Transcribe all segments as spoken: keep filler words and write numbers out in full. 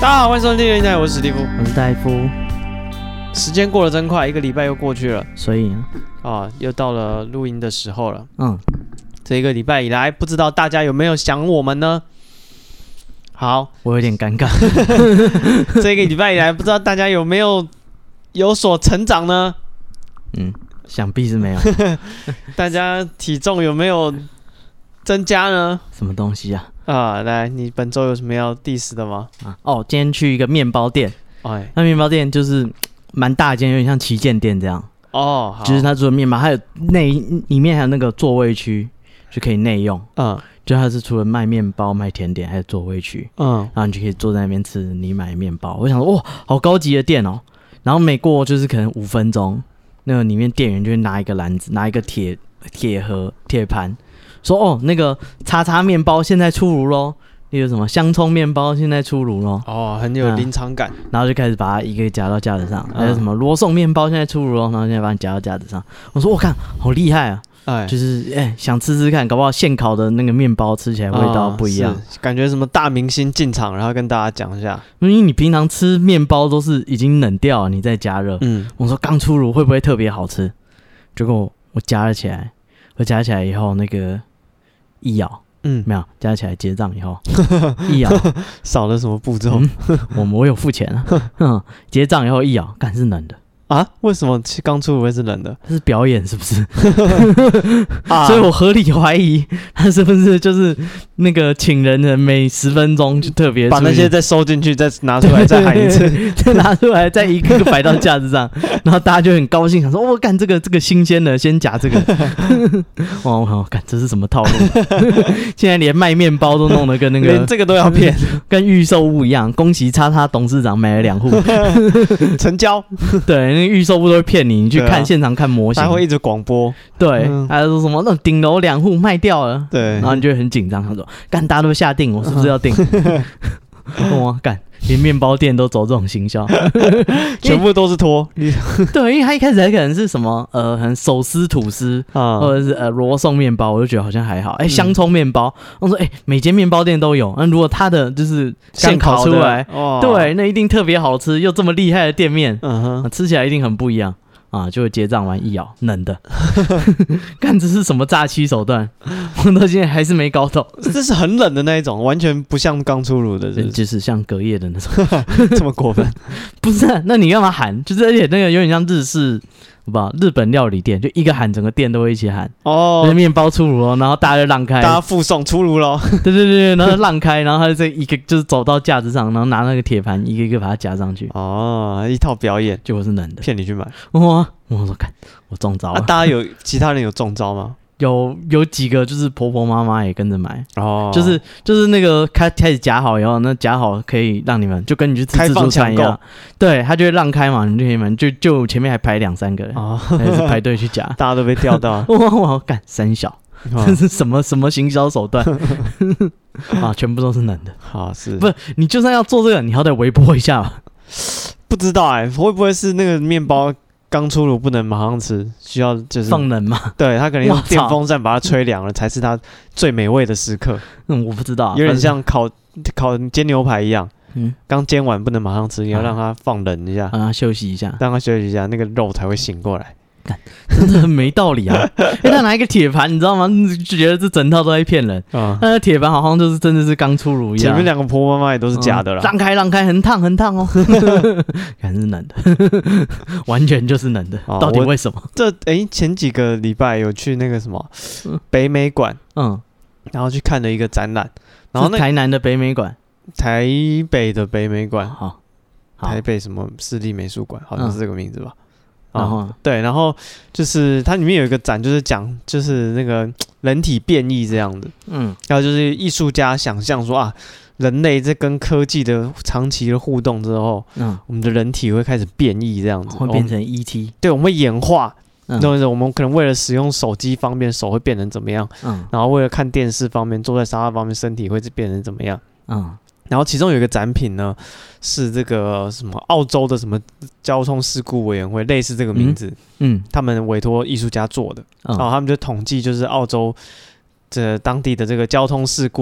大家好，欢迎收听电台，我是史蒂夫， 我是戴夫。 时间过得真快，一个礼拜又过去了， 所以啊，又到了录音的时候了。 嗯， 这一个礼拜以来，不知道大家有没有想我们呢？好， 我有点尴尬。 这一个礼拜以来，不知道大家有没有有所成长呢？ 嗯，想必是没有。 大家体重有没有增加呢？ 什么东西啊？ 啊，来，你本周有什么要 diss 的吗？ 啊，哦，今天去一个面包店， 哎， 那面包店就是蛮大间，有点像旗舰店这样。 哦， 就是它除了面包，还有内里面还有那个座位区，就可以内用。嗯，就它是除了卖面包、卖甜点，还有座位区。嗯，然后你就可以坐在那边吃你买的面包。我想说，哇，好高级的店哦。然后每过就是可能五分钟，那个里面店员就会拿一个篮子，拿一个铁铁盒、铁盘。说哦，那个叉叉面包现在出炉咯，例如什么香葱面包现在出炉咯。 哦，很有临场感、 嗯。然后就开始把它一个夹到架子上，还有什么罗宋面包现在出炉咯，然后现在把你夹到架子上。我说我看好厉害啊！哎，就是哎、欸，想吃吃看，搞不好现烤的那个面包吃起来味道不一样，哦、 感觉什么大明星进场，然后跟大家讲一下， 因为你平常吃面包都是已经冷掉了，你再加热。嗯，我说刚出炉会不会特别好吃？结果我夹了起来，我夹起来以后那个。一咬，嗯，没有加起来结账以后，一咬少了什么步骤？ 嗯、我我有付钱啊，嗯，结账以后一咬，干是冷的啊？为什么刚出炉会是冷的？ 这是表演是不是？啊、所以我合理怀疑他是不是就是那个请人的每十分钟就特别把那些再收进去，再拿出来再喊一次， 再拿出来再一个个摆到架子上，然后大家就很高兴，想说我干、哦、这个这个新鲜的，先夹这个。哇，我干这是什么套路？现在连卖面包都弄得跟那个连这个都要骗， 跟预售物一样。恭喜叉叉董事长买了两户， 成交。 对。那预售部都会骗你，你去看、啊、现场看模型， 他会一直广播， 对，嗯、还说什么那顶楼两户卖掉了，对，然后你就会很紧张，他说干大家都下定，我是不是要定？哇，干连面包店都走这种行销， 全部都是托。 对，因为他一开始还可能是什么呃，很手撕吐司啊，或者是呃罗宋面包，我就觉得好像还好。哎、欸，香葱面包，我说哎、欸，每间面包店都有。那如果他的就是刚烤出来，哦、对，那一定特别好吃，又这么厉害的店面，嗯哼、啊，吃起来一定很不一样。啊！就结账完一咬，冷的，看这是什么诈欺手段？我到现在还是没搞懂。 这是很冷的那一种，完全不像刚出炉的，是就是像隔夜的那种， 这么过分？ 不是、啊，那你干嘛喊？就是而且那个有点像日式，不知道日本料理店，就一个喊，整个店都会一起喊哦。就是面包出炉了，然后大家就让开， 大家附送出炉了。 对对对，然后让开，然后他这一个就是走到架子上，然后拿那个铁盘一个一个把它夹上去。 哦，一套表演， 结果是冷的， 骗你去买。 哇！我说看，我中招了。 啊、大家有其他人有中招吗？ 有有几个就是婆婆妈妈也跟着买哦，就是就是那个开开始夹好以后，那夹好可以让你们就跟你去吃自助餐一样，对，他就会让开嘛，你就可以买，就就前面还排两三个人哦，还是排队去夹， 大家都被钓到。 哇哇，干三小，这是什么什么行销手段啊？全部都是冷的， 好是不是？你就算要做这个，你好歹微波一下吧。 不知道哎、欸，会不会是那个面包？刚出炉不能马上吃，需要就是放冷嘛？ 对，他可能用电风扇把它吹凉了，才是它最美味的时刻。 嗯，我不知道、啊， 有点像烤烤煎牛排一样。嗯，刚煎完不能马上吃，你要让它放冷一下， 让它休息一下， 让它休息一下，那个肉才会醒过来。 真的很没道理啊！因为他拿一个铁盘，你知道吗？就觉得这整套都在骗人。啊，那个铁盘好像就是真的是刚出炉一样。 前面两个婆婆妈妈也都是假的啦。 让、嗯、开让开，很烫很烫哦，还是冷的，完全就是冷的。哦、到底为什么？ 这哎、欸，前几个礼拜有去那个什么北美馆，嗯，然后去看了一个展览，然后、那個、 台南的北美馆， 台北的北美馆， 好， 台北什么市立美术馆，好像是这个名字吧。嗯然后、哦、对，然后就是它里面有一个展，就是讲就是那个人体变异这样的，嗯，然后就是艺术家想象说啊，人类在跟科技的长期的互动之后，嗯，我们的人体会开始变异这样子， 会变成 E T， 对，我们会演化，嗯，我们可能为了使用手机方面，手会变成怎么样，嗯，然后为了看电视方面，坐在沙发方面，身体会变成怎么样，嗯。然后其中有一个展品呢，是这个什么澳洲的什么交通事故委员会，类似这个名字，嗯，嗯他们委托艺术家做的，嗯、然后他们就统计就是澳洲这当地的这个交通事故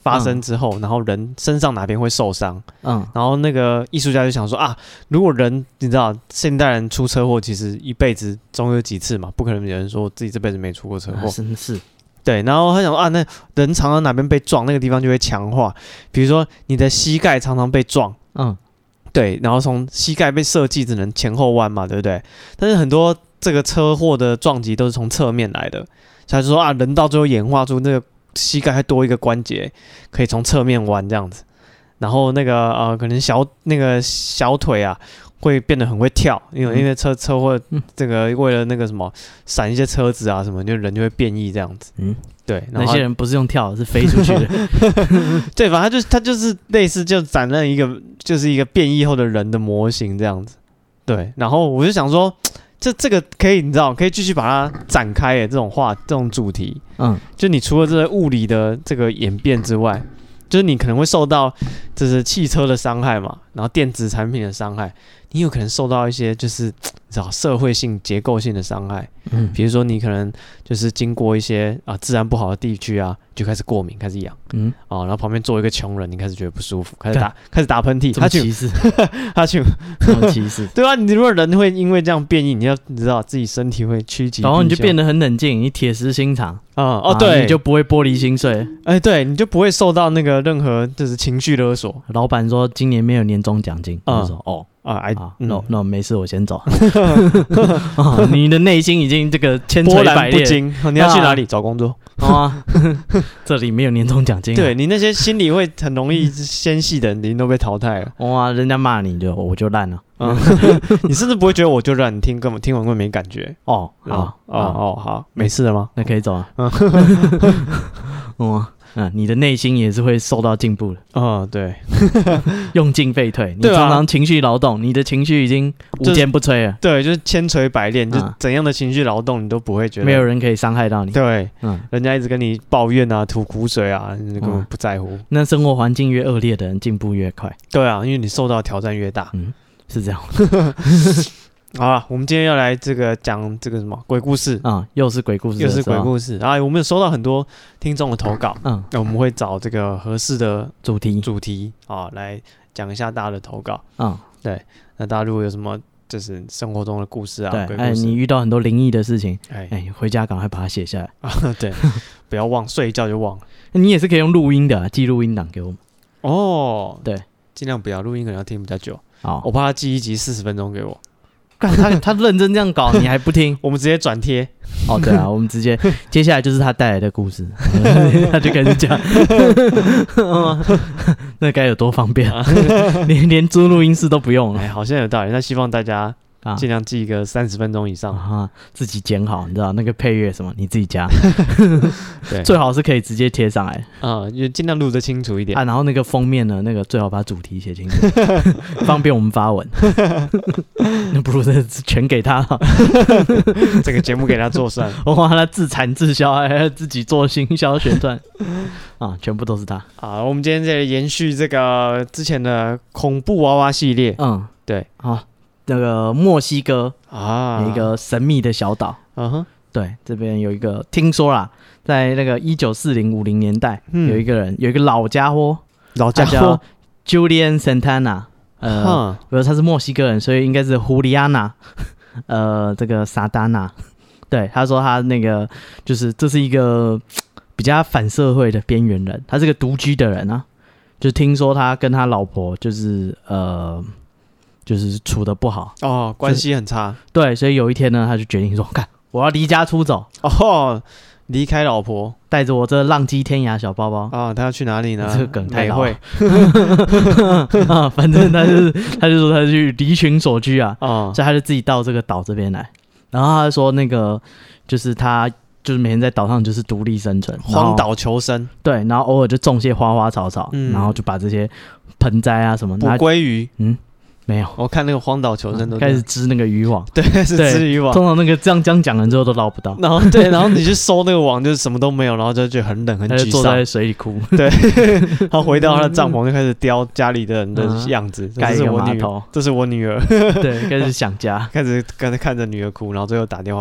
发生之后，嗯、然后人身上哪边会受伤，嗯，然后那个艺术家就想说啊，如果人你知道现代人出车祸，其实一辈子总有几次嘛，不可能有人说自己这辈子没出过车祸， 真、啊、是。 对，然后他想说啊，那人常常哪边被撞，那个地方就会强化，比如说你的膝盖常常被撞，嗯，对，然后从膝盖被设计只能前后弯嘛，对不对？但是很多这个车祸的撞击都是从侧面来的，所以他就说啊，人到最后演化出那个膝盖还多一个关节，可以从侧面弯这样子，然后那个呃，可能小那个小腿啊。会变得很会跳，因为因为车车祸这个为了那个什么闪一些车子啊什么，就人就会变异这样子。嗯，对， 那些人不是用跳，是飞出去的。 对，反正他就他就是类似就展了一个就是一个变异后的人的模型这样子。对，然后我就想说，这这个可以你知道可以继续把它展开耶，这种话这种主题，嗯，就你除了这个物理的这个演变之外。就是你可能会受到，就是汽车的伤害嘛，然后电子产品的伤害，你有可能受到一些就是你知道社会性、结构性的伤害，嗯，比如说你可能就是经过一些啊治安不好的地区啊，就开始过敏，开始痒，嗯，哦，然后旁边坐一个穷人，你开始觉得不舒服，开始打开始打喷嚏， 他歧视， 他去， 什么歧视？ 对啊，你如果人会因为这样变异，你要你知道自己身体会趋吉避凶， 然后你就变得很冷静，你铁石心肠。 啊、嗯、哦，对， 你就不会玻璃心碎， 哎、欸，对，你就不会受到那个任何就是情绪勒索。 老板说今年没有年终奖金，嗯、我说哦啊，哎、啊、，no no， 没事，我先走。哦、你的内心已经这个千锤百炼， 波澜不惊。你要去哪里、啊、找工作？ 啊，这里没有年终奖金、啊。 对你那些心里会很容易纤细的人，你都被淘汰了。 哇，人家骂你就我就烂了。 嗯，你甚至不会觉得我就让你听，根本听完根本没感觉。 哦，好， 哦哦好，没事了吗？ 那可以走了。嗯，嗯，你的内心也是会受到进步的。 哦，对， 用进废退。你常常情绪劳动，你的情绪已经无坚不摧了。 对，就是千锤百炼，就怎样的情绪劳动，你都不会觉得没有人可以伤害到你。 对，嗯，人家一直跟你抱怨啊、吐苦水啊，你根本不在乎。 那生活环境越恶劣的人，进步越快。 对啊，因为你受到挑战越大。 嗯。是这样。 好了，我们今天要来这个讲这个什么鬼故事啊、嗯，又是鬼故事， 又是鬼故事啊！我们有收到很多听众的投稿，嗯，那我们会找这个合适的主题主题啊来讲一下大家的投稿，嗯，对。那大家如果有什么就是生活中的故事啊， 对， 鬼故事， 哎，你遇到很多灵异的事情，哎，哎，回家赶快把它写下来啊，对，不要忘，睡一觉就忘了。 你也是可以用录音的，寄录音档给我们。 哦， 对， 尽量不要录音，可能要听比较久。 哦， 我怕他寄一集四十分钟给我， 干他他认真这样搞，你还不听？ 我们直接转贴。 哦，对啊，我们直接接下来就是他带来的故事，他就开始讲，那该有多方便啊！连连租录音室都不用了， 哎，好像有道理。那希望大家啊，尽量记一个三十分钟以上啊，自己剪好，你知道那个配乐什么，你自己加，对，最好是可以直接贴上来啊，就尽量录得清楚一点啊。然后那个封面呢，那个最好把主题写清楚，方便我们发文。那不如这全给他， 这个节目给他做算， 我怕他自产自销，还要自己做行销宣传啊，全部都是他啊。我们今天在延续这个之前的恐怖娃娃系列，嗯，对， 好。那个墨西哥啊，有一个神秘的小岛，嗯哼，对，这边有一个，听说啦，在那个一九四零五零年代，嗯、有一个人，有一个老家伙， 老家伙 ，Julian Santana， 呃，比如他是墨西哥人，所以应该是胡里安娜，呃，这个萨达纳，对，他说他那个就是这是一个比较反社会的边缘人，他是个独居的人啊，就听说他跟他老婆就是呃。就是处得不好哦，关系很差。 对，所以有一天呢，他就决定说：“看，我要离家出走哦，离开老婆， 带着我这浪迹天涯小包包啊、哦，他要去哪里呢？ 这个梗太老了啊，反正他就是，他就说他去离群索居啊，哦，所以他就自己到这个岛这边来。然后他就说那个就是他就是每天在岛上就是独立生存， 荒岛求生。对， 然后偶尔就种些花花草草，嗯、然后就把这些盆栽啊什么捕鲑鱼， 嗯。”没有， 我看那个荒岛求生都、 嗯、开始织那个渔网， 对，是织渔网。 通常那个这样这样讲了之后都捞不到， 然后对，然后你去收那个网，就是什么都没有，然后就觉得很冷很沮丧， 坐在水里哭。 对，他回到他的帐篷就开始雕家里的人的样子，嗯、这是我女儿，这是我女儿， 对，开始想家， 开始刚才看着女儿哭，然后最后打电话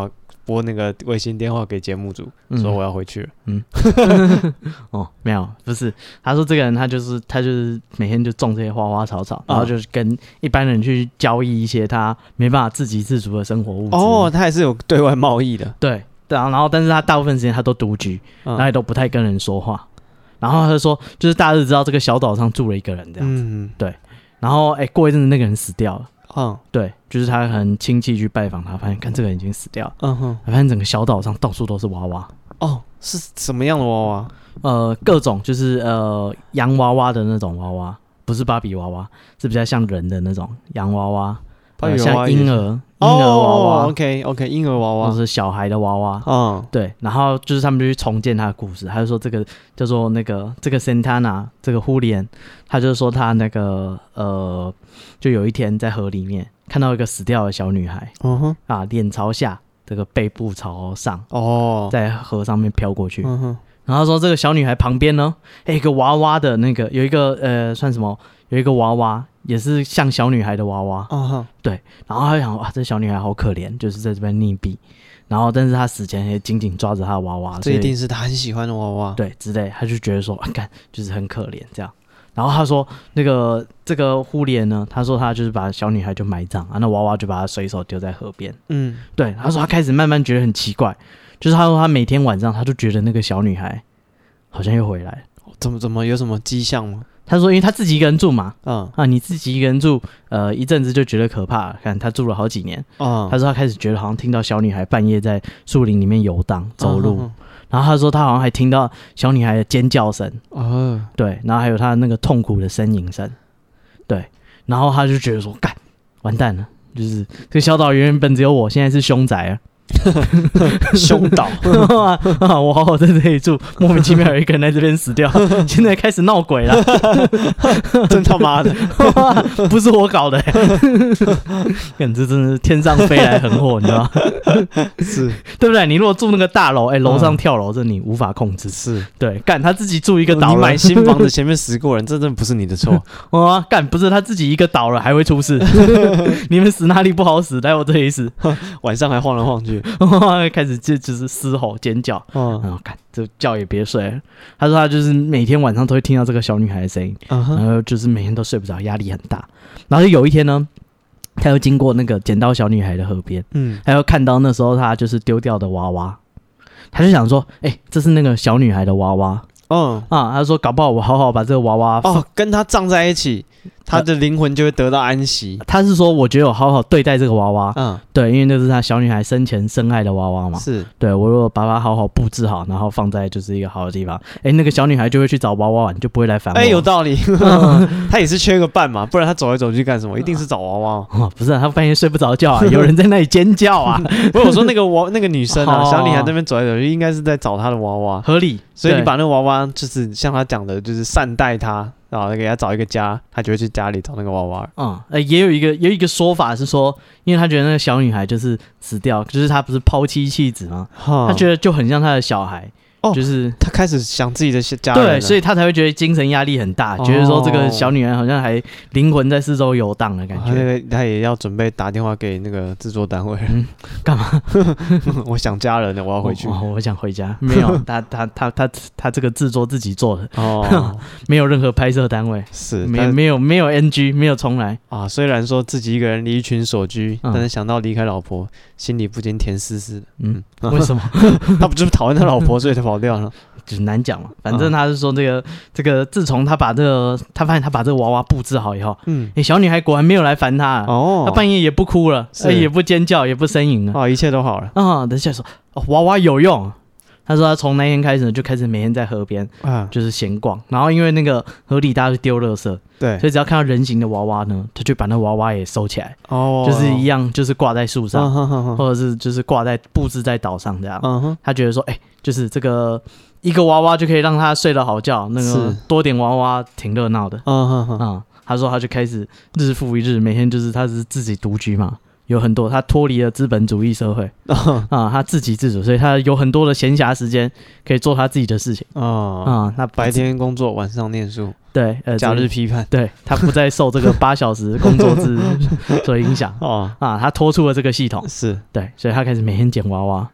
拨那个微信电话给节目组，嗯、说我要回去了。嗯， 哦，没有，不是，他说这个人他就是他就是每天就种这些花花草草，然后就是跟一般人去交易一些他没办法自给自足的生活物资。 哦，他还是有对外贸易的。 对，对啊，然后但是他大部分时间他都独居，嗯、然后也都不太跟人说话。然后他就说，就是大家都知道这个小岛上住了一个人这样子，嗯、对。然后哎，过一阵子那个人死掉了。嗯，对，就是他很亲戚去拜访他，发现看这个人已经死掉了。嗯哼，发现整个小岛上到处都是娃娃。 哦，是什么样的娃娃？ 呃，各种就是呃洋娃娃的那种娃娃，不是芭比娃娃，是比较像人的那种洋娃娃，呃、像婴儿婴儿娃娃。 哦、OK OK， 婴儿娃娃， 或是小孩的娃娃。嗯，对，然后就是他们就去重建他的故事，他就说这个叫做那个这个 Santana 这个呼莲，他就说他那个呃。就有一天在河里面看到一个死掉的小女孩，嗯哼，啊，脸朝下，这个背部朝上，哦，在河上面飘过去，嗯哼，然后说这个小女孩旁边呢，哎，一个娃娃的那个有一个呃算什么，有一个娃娃也是像小女孩的娃娃，嗯哼，对，然后他就想哇，这小女孩好可怜，就是在这边溺毙，然后但是他死前也紧紧抓着她的娃娃， 这一定是他很喜欢的娃娃， 对，之类，他就觉得说，啊，干就是很可怜这样。然后他说，那个这个呼莲呢，他说他就是把小女孩就埋葬啊，那娃娃就把他随手丢在河边。嗯，对，他说他开始慢慢觉得很奇怪，就是他说他每天晚上他就觉得那个小女孩好像又回来了， 怎么怎么有什么迹象吗？ 他说因为他自己一个人住嘛，嗯啊，你自己一个人住，呃，一阵子就觉得可怕了，看他住了好几年，嗯，他说他开始觉得好像听到小女孩半夜在树林里面游荡走路。嗯嗯然后他说他好像还听到小女孩的尖叫声，哦，对，然后还有她那个痛苦的呻吟声，对，然后他就觉得说，干，完蛋了，就是这个小岛原本只有我，现在是凶宅啊。 凶岛啊！我好好在这里住，莫名其妙有一个人在这边死掉，现在开始闹鬼了， 真他妈的， 不是我搞的、欸，感这真的是天上飞来横祸，你知道吗？ 是对不对？你如果住那个大楼，哎、欸，楼上跳楼，这你无法控制， 是对，干他自己住一个岛， 你买新房子前面死过人，这真的不是你的错， 啊，干不是他自己一个岛了还会出事，你们死哪里不好死，来我这里死， 晚上还晃来晃去。 开始就就是嘶吼尖叫，嗯，然后看这觉也别睡了。他说他就是每天晚上都会听到这个小女孩的声音，嗯、然后就是每天都睡不着，压力很大。然后有一天呢，他又经过那个捡到小女孩的河边，嗯，他又看到那时候他就是丢掉的娃娃，他就想说，哎、欸，这是那个小女孩的娃娃，嗯啊，他说搞不好我好好把这个娃娃哦跟他葬在一起。他的灵魂就会得到安息。 他是说，我觉得我好好对待这个娃娃，嗯，对，因为那是他小女孩生前深爱的娃娃嘛， 是， 对我如果把它好好布置好，然后放在就是一个好的地方，哎，那个小女孩就会去找娃娃玩，就不会来烦我。 哎，有道理，嗯、他也是缺个伴嘛，不然他走来走去干什么？一定是找娃娃。 哦、不是、啊，他半夜睡不着觉啊，有人在那里尖叫啊。 不是我说那个娃那个女生啊，小女孩那边走来走去，应该是在找她的娃娃， 合理。 所以你把那个娃娃，就是像他讲的，就是善待她。然后给他找一个家，他就会去家里找那个娃娃。 嗯，呃，也有一个有一个说法是说，因为他觉得那个小女孩就是死掉，就是他不是抛妻弃子吗？他觉得就很像他的小孩。哦，就是他开始想自己的家人了， 对，所以他才会觉得精神压力很大，哦、觉得说这个小女人好像还灵魂在四周游荡的感觉。 哦、他也要准备打电话给那个制作单位， 嗯，干嘛？ 我想家人了，我要回去。 哦，我想回家。没有，他他他他他这个制作自己做的，哦，没有任何拍摄单位， 是没没有没有 N G， 没有重来啊。虽然说自己一个人离群索居，嗯、但是想到离开老婆，心里不禁甜丝丝的。 嗯，为什么？ 他不就是讨厌他老婆，所以他跑掉了？ 就是难讲嘛，反正他是说这个、嗯、这个，自从他把这个，他发现他把这个娃娃布置好以后，嗯，欸、小女孩果然没有来烦他哦，他半夜也不哭了，也不尖叫，也不呻吟了， 哦，一切都好了。 啊、嗯，等一下说，哦，娃娃有用。他说他从那天开始就开始每天在河边，啊，就是闲逛。然后因为那个河里大家就丢垃圾，对，所以只要看到人形的娃娃呢，他就把那娃娃也收起来，哦，就是一样，就是挂在树上，哦、或者是就是挂在布置在岛上这样。嗯、他觉得说，哎、欸，就是这个一个娃娃就可以让他睡得好觉，那个多点娃娃挺热闹的。嗯嗯，他说他就开始日复一日，每天就是他是自己独居嘛。有很多，他脱离了资本主义社会、哦、啊，他自给自足，所以他有很多的闲暇时间可以做他自己的事情哦。啊， 那白天工作，晚上念书， 对，呃， 假日批判， 对他不再受这个八小时工作制所影响哦。啊，他脱出了这个系统， 是对， 所以他开始每天捡娃娃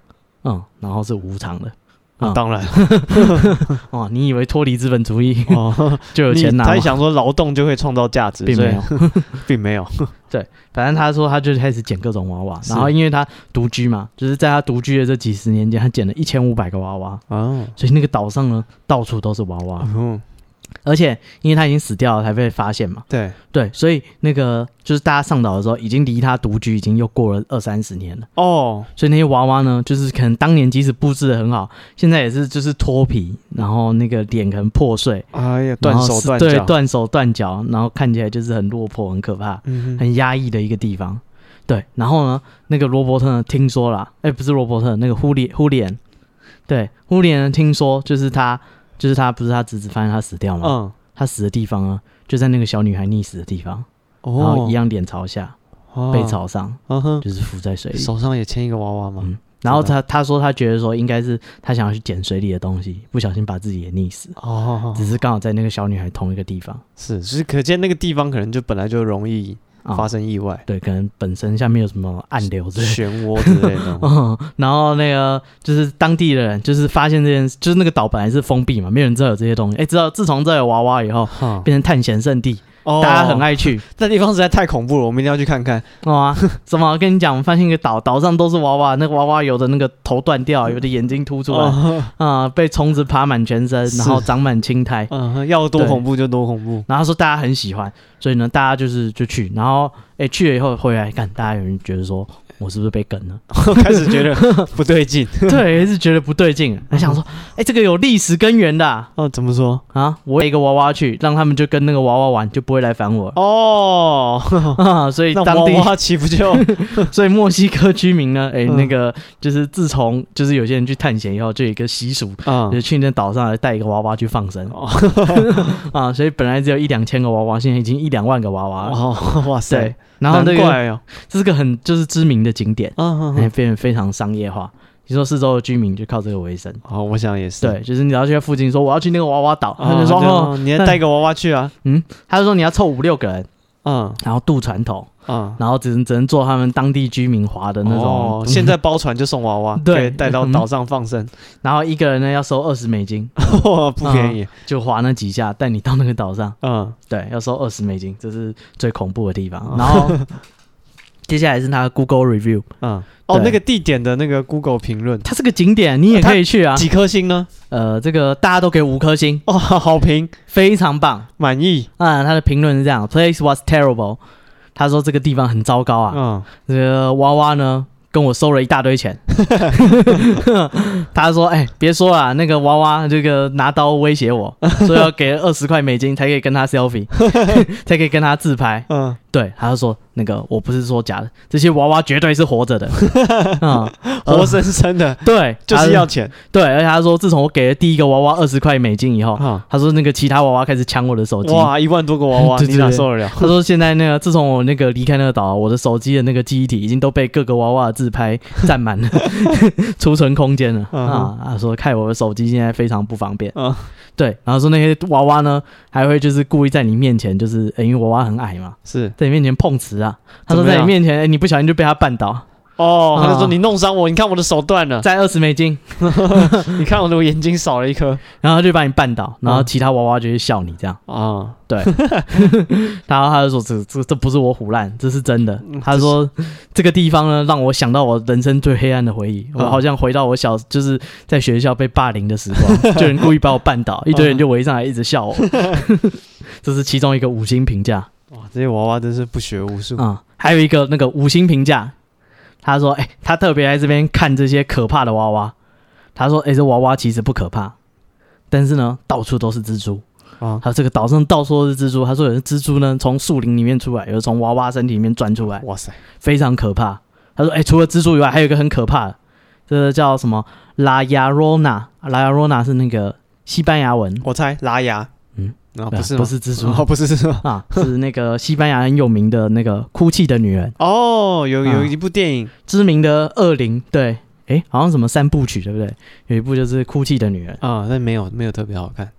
嗯，然后是无偿的。 啊、当然， 哦，你以为脱离资本主义哦就有钱拿？ 他想说劳动就会创造价值， 并没有， 并没有。 对，反正他说他就开始捡各种娃娃，然后因为他独居嘛，就是在他独居的这几十年间，他捡了一千五百个娃娃哦，所以那个岛上呢到处都是娃娃。嗯，而且因为他已经死掉了，才被发现嘛。 对对，所以那个就是大家上岛的时候，已经离他独居已经又过了二三十年了哦。所以那些娃娃呢，就是可能当年即使布置的很好，现在也是就是脱皮，然后那个脸可能破碎， 哎呀，断手断脚， 对，断手断脚，然后看起来就是很落魄、很可怕、嗯、很压抑的一个地方。对，然后呢，那个罗伯特呢，听说啦，哎，不是罗伯特，那个呼里呼里安，对，呼里安听说就是他。就是他不是他侄子发现他死掉吗？嗯，他死的地方呢，就在那个小女孩溺死的地方，哦、然后一样脸朝下，哦、背朝上，嗯、就是浮在水里， 手上也牵一个娃娃吗？嗯， 然后他他说他觉得说应该是他想要去捡水里的东西，不小心把自己也溺死，哦，只是刚好在那个小女孩同一个地方， 是，就是可见那个地方可能就本来就容易。发生意外、哦， 对，可能本身下面有什么暗流之类的、 漩涡之类的、 嗯。然后那个就是当地的人，就是发现这件事，就是那个岛本来是封闭嘛，没有人知道有这些东西。哎，知道自从这有娃娃以后，嗯、变成探险圣地。哦、大家很爱去， 那地方实在太恐怖了，我们一定要去看看。 哦啊，怎么？我跟你讲，我们发现一个岛，岛上都是娃娃，那个娃娃有的那个头断掉，有的眼睛凸出来，啊、哦呃，被虫子爬满全身，然后长满青苔， 嗯，要多恐怖就多恐怖。 然后他说大家很喜欢，所以呢，大家就是就去，然后哎去了以后回来看，大家有人觉得说。我是不是被梗了？ 开始觉得不对劲， 对，是觉得不对劲。还想说，哎、欸，这个有历史根源的、啊。 哦，怎么说啊？我给一个娃娃去，让他们就跟那个娃娃玩，就不会来烦我。 哦， 啊，所以当地娃娃岂不就？ 所以墨西哥居民呢，哎、欸，嗯、那个就是自从就是有些人去探险以后，就有一个习俗，嗯、就是去那岛上来带一个娃娃去放生。哦、啊，所以本来只有一两千个娃娃，现在已经一两万个娃娃了。 哦，哇塞！ 对，然后那个、 哦、 这是个很就是知名的景点，嗯嗯，变得非常商业化。你说四周的居民就靠这个为生。 哦，我想也是。 对，就是你要去附近说我要去那个娃娃岛， 哦、他就说哦，你要带个娃娃去啊。 嗯，他就说你要凑五六个人，嗯，然后渡船头，嗯，然后只能只能坐他们当地居民划的那种。 哦，现在包船就送娃娃，对，可以带到岛上放生。嗯、 然后一个人呢要收二十美金， 哇，不便宜，嗯、 就划那几下带你到那个岛上。嗯，对，要收二十美金，这是最恐怖的地方。然后。接下来是他的 Google Review， 嗯，哦，那个地点的那个 Google 评论， 它是个景点，你也可以去啊。 几颗星呢？ 呃，这个大家都给五颗星， 哦，好评， 非常棒， 满意。 啊、嗯，他的评论是这样 ：Place was terrible。他说这个地方很糟糕啊。嗯，这个娃娃呢跟我收了一大堆钱。他说：“哎、欸，别说了，那个娃娃这个拿刀威胁我，说要给二十块美金才可以跟他 selfie， 才可以跟他自拍。”嗯，对，他就说那个我不是说假的，这些娃娃绝对是活着的， 嗯，活生生的， 对， 就是要钱。 对，而且他说自从我给了第一个娃娃二十块美金以后，嗯、他说那个其他娃娃开始抢我的手机， 哇，一万多个娃娃，你哪受得了？ 他说现在那个自从我那个离开那个岛，我的手机的那个记忆体已经都被各个娃娃的自拍占满了。储存空间了、嗯、啊！他说看我的手机现在非常不方便，嗯，对，然后说那些娃娃呢，还会就是故意在你面前，就是、欸、因为娃娃很矮嘛， 是在你面前碰瓷啊。他说在你面前，欸、你不小心就被他绊倒。 哦，他就说你弄伤我，你看我的手断了， 再二十美金， 你看我的眼睛少了一颗， 然后就把你绊倒，然后其他娃娃就会笑你这样啊，嗯、对，然后他就说这这这不是我唬烂，这是真的。他说这个地方呢，让我想到我人生最黑暗的回忆，我好像回到我小就是在学校被霸凌的时光，就有人故意把我绊倒，一堆人就围上来一直笑我，这是其中一个五星评价。 哇，这些娃娃真是不学无术啊、嗯！还有一个那个五星评价。他说：“哎、欸，他特别来这边看这些可怕的娃娃。他说：‘哎、欸，这娃娃其实不可怕，但是呢，到處都是蜘蛛啊！他、哦、這個島上到處都是蜘蛛。他說有的蜘蛛呢，從樹林裡面出來，有的從娃娃身體裡面鑽出來。哇塞，非常可怕。他說：‘哎、欸，除了蜘蛛以外，還有一個很可怕的，這個叫什麼拉亞羅納？拉亞羅納是那個西班牙文， 我猜拉亞。’嗯。” 哦、不是不是蜘蛛， 哦，不是蜘蛛啊，是那个西班牙很有名的那个哭泣的女人。 哦，有有一部电影，啊、 知名的恶灵，对，哎，好像什么三部曲，对不对？有一部就是哭泣的女人啊，但没有没有特别好看。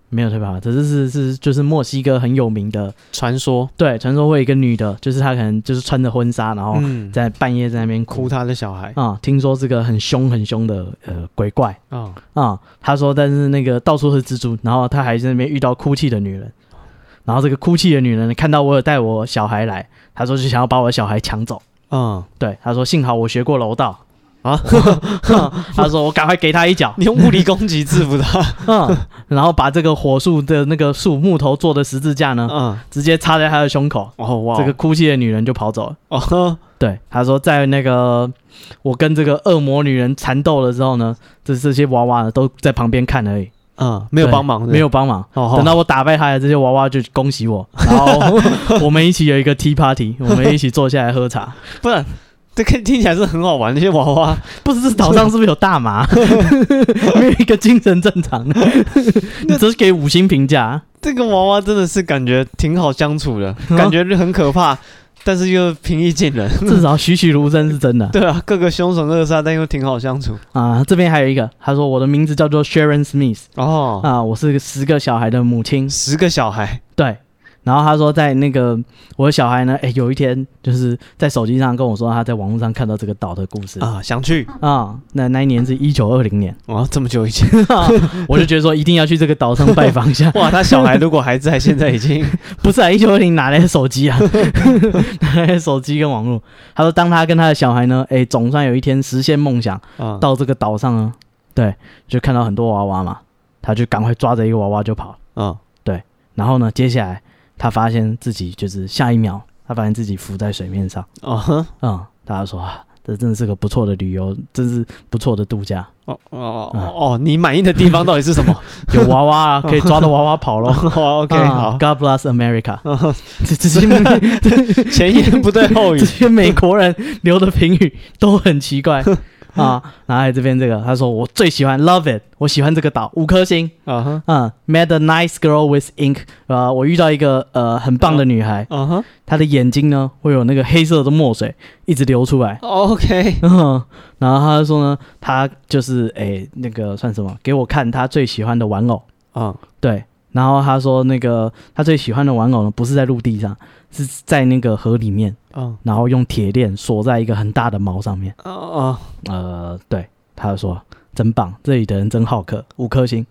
没有推把，这是是是就是墨西哥很有名的传说。 对，传说会有一个女的，就是她可能就是穿着婚纱，然后在半夜在那边哭她的小孩啊、嗯。听说这个很凶很凶的呃鬼怪啊啊、嗯嗯。她说，但是那个到处是蜘蛛，然后她还在那边遇到哭泣的女人，然后这个哭泣的女人看到我有带我小孩来，她说就想要把我的小孩抢走。嗯，对，她说幸好我学过柔道。啊，他说我赶快给他一脚， 你用物理攻击制服他， 嗯，然后把这个火树的那个树木头做的十字架呢，嗯，直接插在他的胸口，哦哇，这个哭泣的女人就跑走了。哦，对，他说在那个我跟这个恶魔女人缠斗的时候呢，这这些娃娃呢都在旁边看而已， 嗯，没有帮忙， 没有帮忙。哦，等到我打败他的这些娃娃就恭喜我，然后我们一起有一个 tea party， 我们一起坐下来喝茶， 不然。这听起来是很好玩，那些娃娃不知道岛上是不是有大麻？没有一个精神正常，你只是给五星评价。 这个娃娃真的是感觉挺好相处的，嗯、感觉很可怕，但是又平易近人， 至少栩栩如生是真的。 对啊，各个凶神恶煞，但又挺好相处啊。这边还有一个，他说我的名字叫做 Sharon Smith。哦啊，我是十个小孩的母亲。 十个小孩， 对。然后他说，在那个我的小孩呢，哎，有一天就是在手机上跟我说，他在网络上看到这个岛的故事啊，想去啊。那那一年是一九二零年， 哇，这么久以前， 我就觉得说一定要去这个岛上拜访一下。 哇，他小孩如果还在，现在已经不是啊，一九二零哪来的手机啊？哪来的手机跟网络？他说，当他跟他的小孩呢，哎，总算有一天实现梦想，啊、到这个岛上呢，对，就看到很多娃娃嘛，他就赶快抓着一个娃娃就跑，嗯，对，然后呢，接下来。他发现自己就是下一秒，他发现自己浮在水面上。哦、uh 嗯，大家说啊，这真的是个不错的旅游，真是不错的度假。 哦哦哦哦，你满意的地方到底是什么？ 有娃娃啊，可以抓着娃娃跑咯。 哦、OK，、嗯、好 ，God bless America。这这些前言不对后语， 这些美国人留的评语都很奇怪。啊，然后这边这个，他说我最喜欢 ，love it， 我喜欢这个岛，五颗星。啊哈，嗯 ，met a nice girl with ink， 呃，我遇到一个呃很棒的女孩，啊哈，她的眼睛呢会有那个黑色的墨水一直流出来。 OK， 嗯，然后他说呢，他就是诶那个算什么，给我看他最喜欢的玩偶。啊，对，然后他说那个他最喜欢的玩偶呢，不是在陆地上。是在那个河里面，哦、然后用铁链锁在一个很大的锚上面。哦哦，呃，对，他就说真棒，这里的人真好客，五颗星。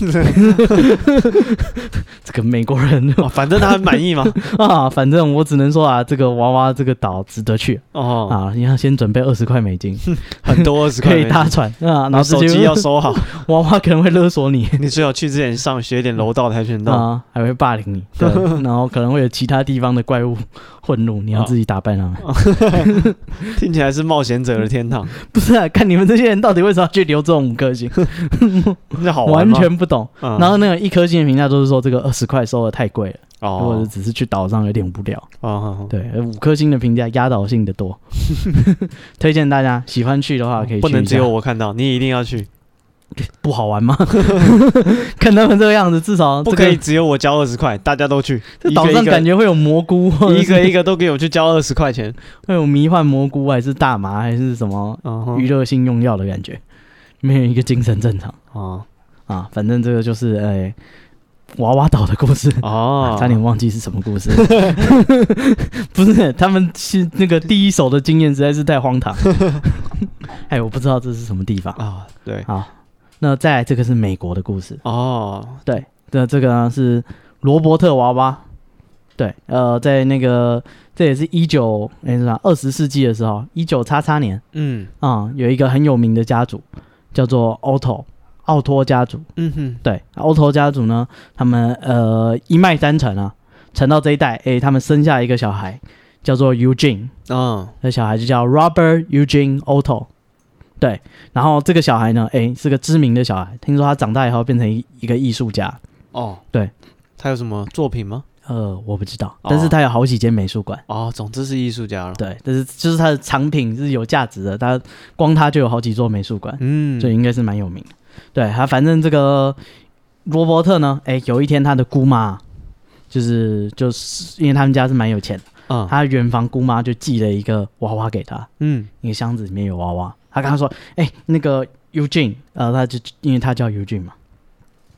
这个美国人、 哦，反正他很满意嘛。 啊，反正我只能说啊，这个娃娃这个岛值得去哦。啊，你要先准备二十块美金， 很多二十块可以搭船啊。然后手机要收好， 娃娃可能会勒索你。 你最好去之前上学一点柔道、跆拳道啊，还会霸凌你。对，然后可能会有其他地方的怪物混入，你要自己打败他们。哦、 听起来是冒险者的天堂。 不是啊，看你们这些人到底为什么要去留这种五颗星？ 那好玩吗？ 完全不懂，嗯、然后那个一颗星的评价都是说这个二十块收的太贵了，哦，或者只是去岛上有点无聊，哦，对，五颗星的评价压倒性的多，推荐大家喜欢去的话可以去一下。 不能只有我看到，你一定要去。 不好玩吗？看他们这个样子，至少、这个、 不可以只有我交二十块，大家都去。 这岛上感觉会有蘑菇， 一个一个都给我去交二十块钱， 会有迷幻蘑菇，还是大麻，还是什么娱乐性用药的感觉，没有一个精神正常啊。啊，反正这个就是诶、欸，娃娃岛的故事哦、啊，差点忘记是什么故事。不是，他们是那个第一手的经验实在是太荒唐。哎，我不知道这是什么地方啊。对， 好，那再来这个是美国的故事哦。对，那这个呢是罗伯特娃娃。对，呃，在那个这也是一九哎是吧二十世纪的时候，一九叉叉年，嗯啊、嗯，有一个很有名的家族叫做 Otto。奥托家族，嗯哼，对，奥托家族呢，他们呃一脉相承啊，传到这一代，哎，他们生下一个小孩，叫做 Eugene， 哦，那小孩就叫 Robert Eugene Otto， 对，然后这个小孩呢，哎，是个知名的小孩，听说他长大以后变成一一个艺术家，哦，对， 他有什么作品吗？ 呃，我不知道，但是他有好几间美术馆， 哦，总之是艺术家了， 对，但是就是他的藏品是有价值的，他光他就有好几座美术馆，嗯，所以应该是蛮有名的。对，他反正这个罗伯特呢，哎，有一天他的姑妈，就是就是因为他们家是蛮有钱的，嗯，他远房姑妈就寄了一个娃娃给他，嗯，一个箱子里面有娃娃，他跟他说，哎，那个 Eugene，呃，他就因为他叫 Eugene 嘛，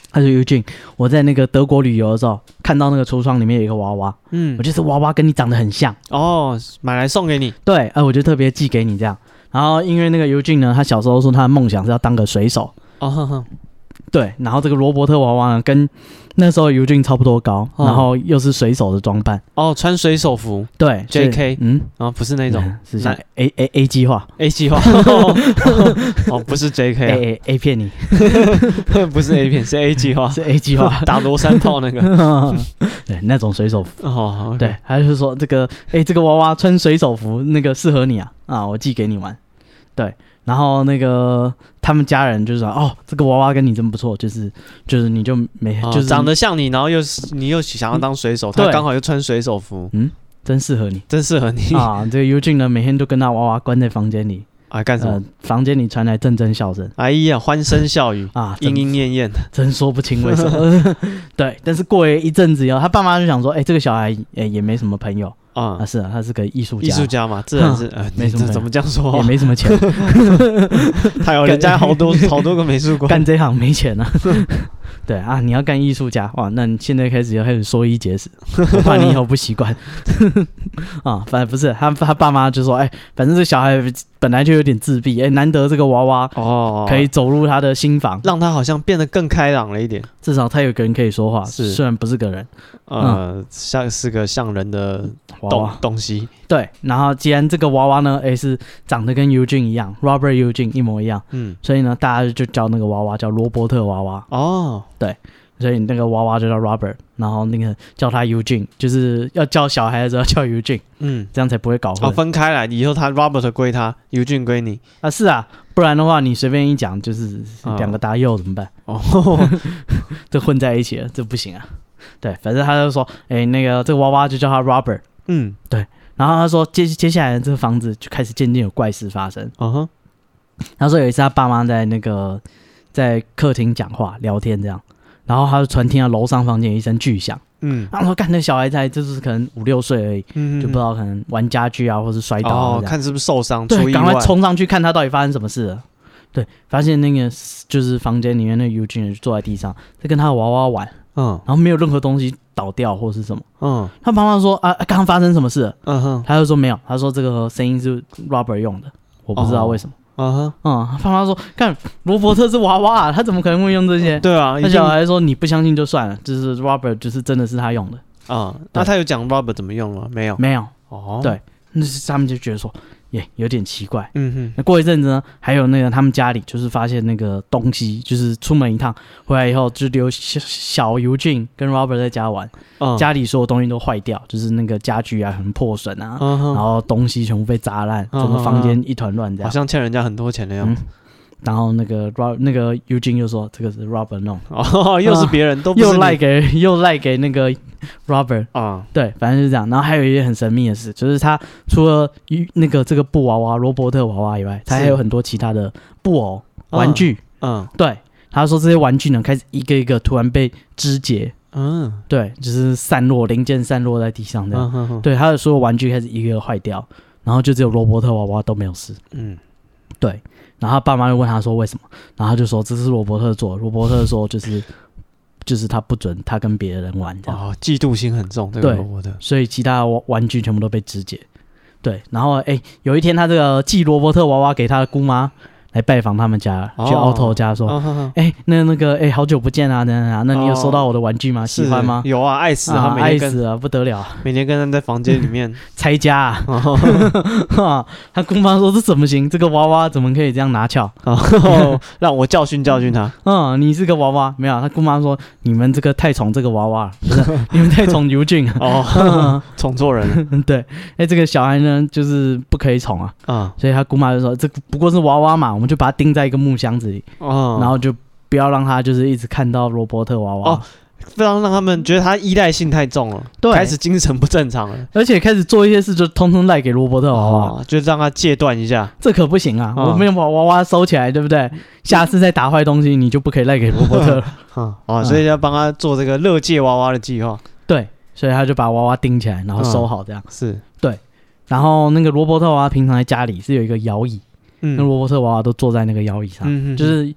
他说 Eugene， 我在那个德国旅游的时候，看到那个橱窗里面有一个娃娃，嗯，我觉得这娃娃跟你长得很像哦，买来送给你。 对，哎、呃，我就特别寄给你这样。然后因为那个 Eugene 呢，他小时候说他的梦想是要当个水手。哦呵呵。对，然后这个罗伯特娃娃呢，跟那时候 Eugene 差不多高，哦、然后又是水手的装扮。 哦，穿水手服。 对 ，J K， 嗯， 啊，不是那种， 是像 A A A 计划 ，A 计划。哦，不是 J K， A A A 骗你， 不是 A 片，是 A 计划， 是 A 计划， 打罗山炮那个。 对，那种水手服。 哦， okay. 对，他就说这个，哎，这个娃娃穿水手服，那个适合你啊，啊，我寄给你玩。对。然后那个他们家人就说：“哦，这个娃娃跟你真不错，就是就是你就没、哦、就是长得像你，然后又你又想要当水手，他刚好又穿水手服， 嗯，真适合你， 真适合你啊！这个 Eugene 呢，每天都跟他娃娃关在房间里啊，干什么、呃？ 房间里传来阵阵笑声， 哎呀，欢声笑语啊，莺莺燕燕， 真说不清为什么。对，但是过了一阵子以后，他爸妈就想说：，哎，这个小孩也也没什么朋友。”啊, 啊是啊，他是个艺术家， 艺术家嘛，自然是呃， 没什么， 怎么这样说、啊， 也没什么钱， 他有人家好多好多个美术馆， 干这行没钱啊。对啊，你要干艺术家哇，那你现在开始要开始缩衣节食，我怕你以后不习惯。啊，反正不是他他爸妈就说，哎，反正这小孩本来就有点自闭，哎，难得这个娃娃哦可以走入他的心房， 让他好像变得更开朗了一点， 至少他有个人可以说话，是虽然不是个人， 呃，嗯、像是个像人的东东西。 对，然后既然这个娃娃呢，哎是长得跟 Eugene 一样 ，Robert Eugene 一模一样，嗯，所以呢，大家就叫那个娃娃叫罗伯特娃娃。哦，对，所以那个娃娃就叫 Robert， 然后那个叫他 Eugene， 就是要叫小孩的时候叫 Eugene， 嗯，这样才不会搞混。 哦，分开来，以后他 Robert 归他 ，Eugene 归你。 啊，是啊，不然的话你随便一讲就是两个答右怎么办？哦，这混在一起了，这不行啊。对，反正他就说，哎，那个这个娃娃就叫他 Robert， 嗯，对。然后他说接接下来这个房子就开始渐渐有怪事发生。嗯哼，他说有一次他爸妈在那个在客厅讲话聊天这样，然后他就突然听到楼上房间有一声巨响。嗯，然后说干那小孩才就是可能五六岁而已，嗯，就不知道可能玩家具啊，或是摔倒哦， 看是不是受伤， 对，赶快冲上去看他到底发生什么事了。对，发现那个就是房间里面那个 Eugene 坐在地上，在跟他的娃娃玩。嗯，然后没有任何东西倒掉或是什么。嗯，他妈妈说啊，刚刚发生什么事了？嗯哼，他就说没有，他说这个声音是 Robert 用的，我不知道为什么。嗯哼，嗯，他妈妈说，看罗伯特是娃娃、啊，他怎么可能会用这些？ 对啊， 他小孩说你不相信就算了，就是 Robert 就是真的是他用的。 啊、嗯，那他有讲 Robert 怎么用吗？没有， 没有。哦，对，那他们就觉得说。也、yeah, 有点奇怪，嗯哼。那过一阵子呢，还有那个他们家里就是发现那个东西，就是出门一趟回来以后，就留小小 Eugene 跟 Robert 在家玩，嗯、家里所有东西都坏掉，就是那个家具啊很破损啊，嗯、然后东西全部被砸烂，整、嗯、个房间一团乱这样， 好像欠人家很多钱的样子。嗯然后那个 Rob 那个 Eugene 就说这个是 Robert 弄， 哦，又是别人，啊、都不是又赖给又赖给那个 Robert 啊，对，反正就是这样。然后还有一件很神秘的事，就是他除了那个这个布娃娃罗伯特娃娃以外，他还有很多其他的布偶玩具，嗯，嗯对，他说这些玩具呢开始一个一个突然被肢解，嗯，对，就是散落零件散落在地上这样，嗯、哼哼对，他的所有玩具开始一个一个坏掉，然后就只有罗伯特娃娃都没有事，嗯，对。然后他爸妈就问他说为什么，然后他就说这是罗伯特做的，罗伯特说就是就是他不准他跟别人玩这样， 哦，嫉妒心很重，这个罗伯特， 所以其他的玩具全部都被肢解，对，然后哎有一天他这个寄罗伯特娃娃给他的姑妈来拜访他们家，哦、去奥头家说，哎、哦欸，那那个哎、欸，好久不见啊，等等啊，那你有收到我的玩具吗？哦、喜欢吗？ 有啊，爱死了， 啊、爱死了，不得了， 每天跟他在房间里面拆家、啊哦，他姑妈说这怎么行？这个娃娃怎么可以这样拿翘？ 哦、让我教训教训他。 嗯，你是个娃娃，没有？他姑妈说你们这个太宠这个娃娃了，不是你们太宠 Eugene 哦，宠错人了。 对，哎、欸，这个小孩呢，就是不可以宠啊，嗯，所以他姑妈就说这不过是娃娃嘛。我们就把它钉在一个木箱子里，哦、然后就不要让他就是一直看到罗伯特娃娃，哦， 非常让他们觉得他依赖性太重了，对，开始精神不正常了， 而且开始做一些事就通通赖给罗伯特娃娃， 哦、就让他戒断一下， 这可不行啊！哦、我没有把娃娃收起来，对不对？下次再打坏东西，你就不可以赖给罗伯特了。 哦，哦所以要帮他做这个乐戒娃娃的计划。 对，所以他就把娃娃钉起来，然后收好，这样、 嗯、是对。然后那个罗伯特娃娃平常在家里是有一个摇椅。嗯，那罗伯特娃娃都坐在那个摇椅上，嗯、就是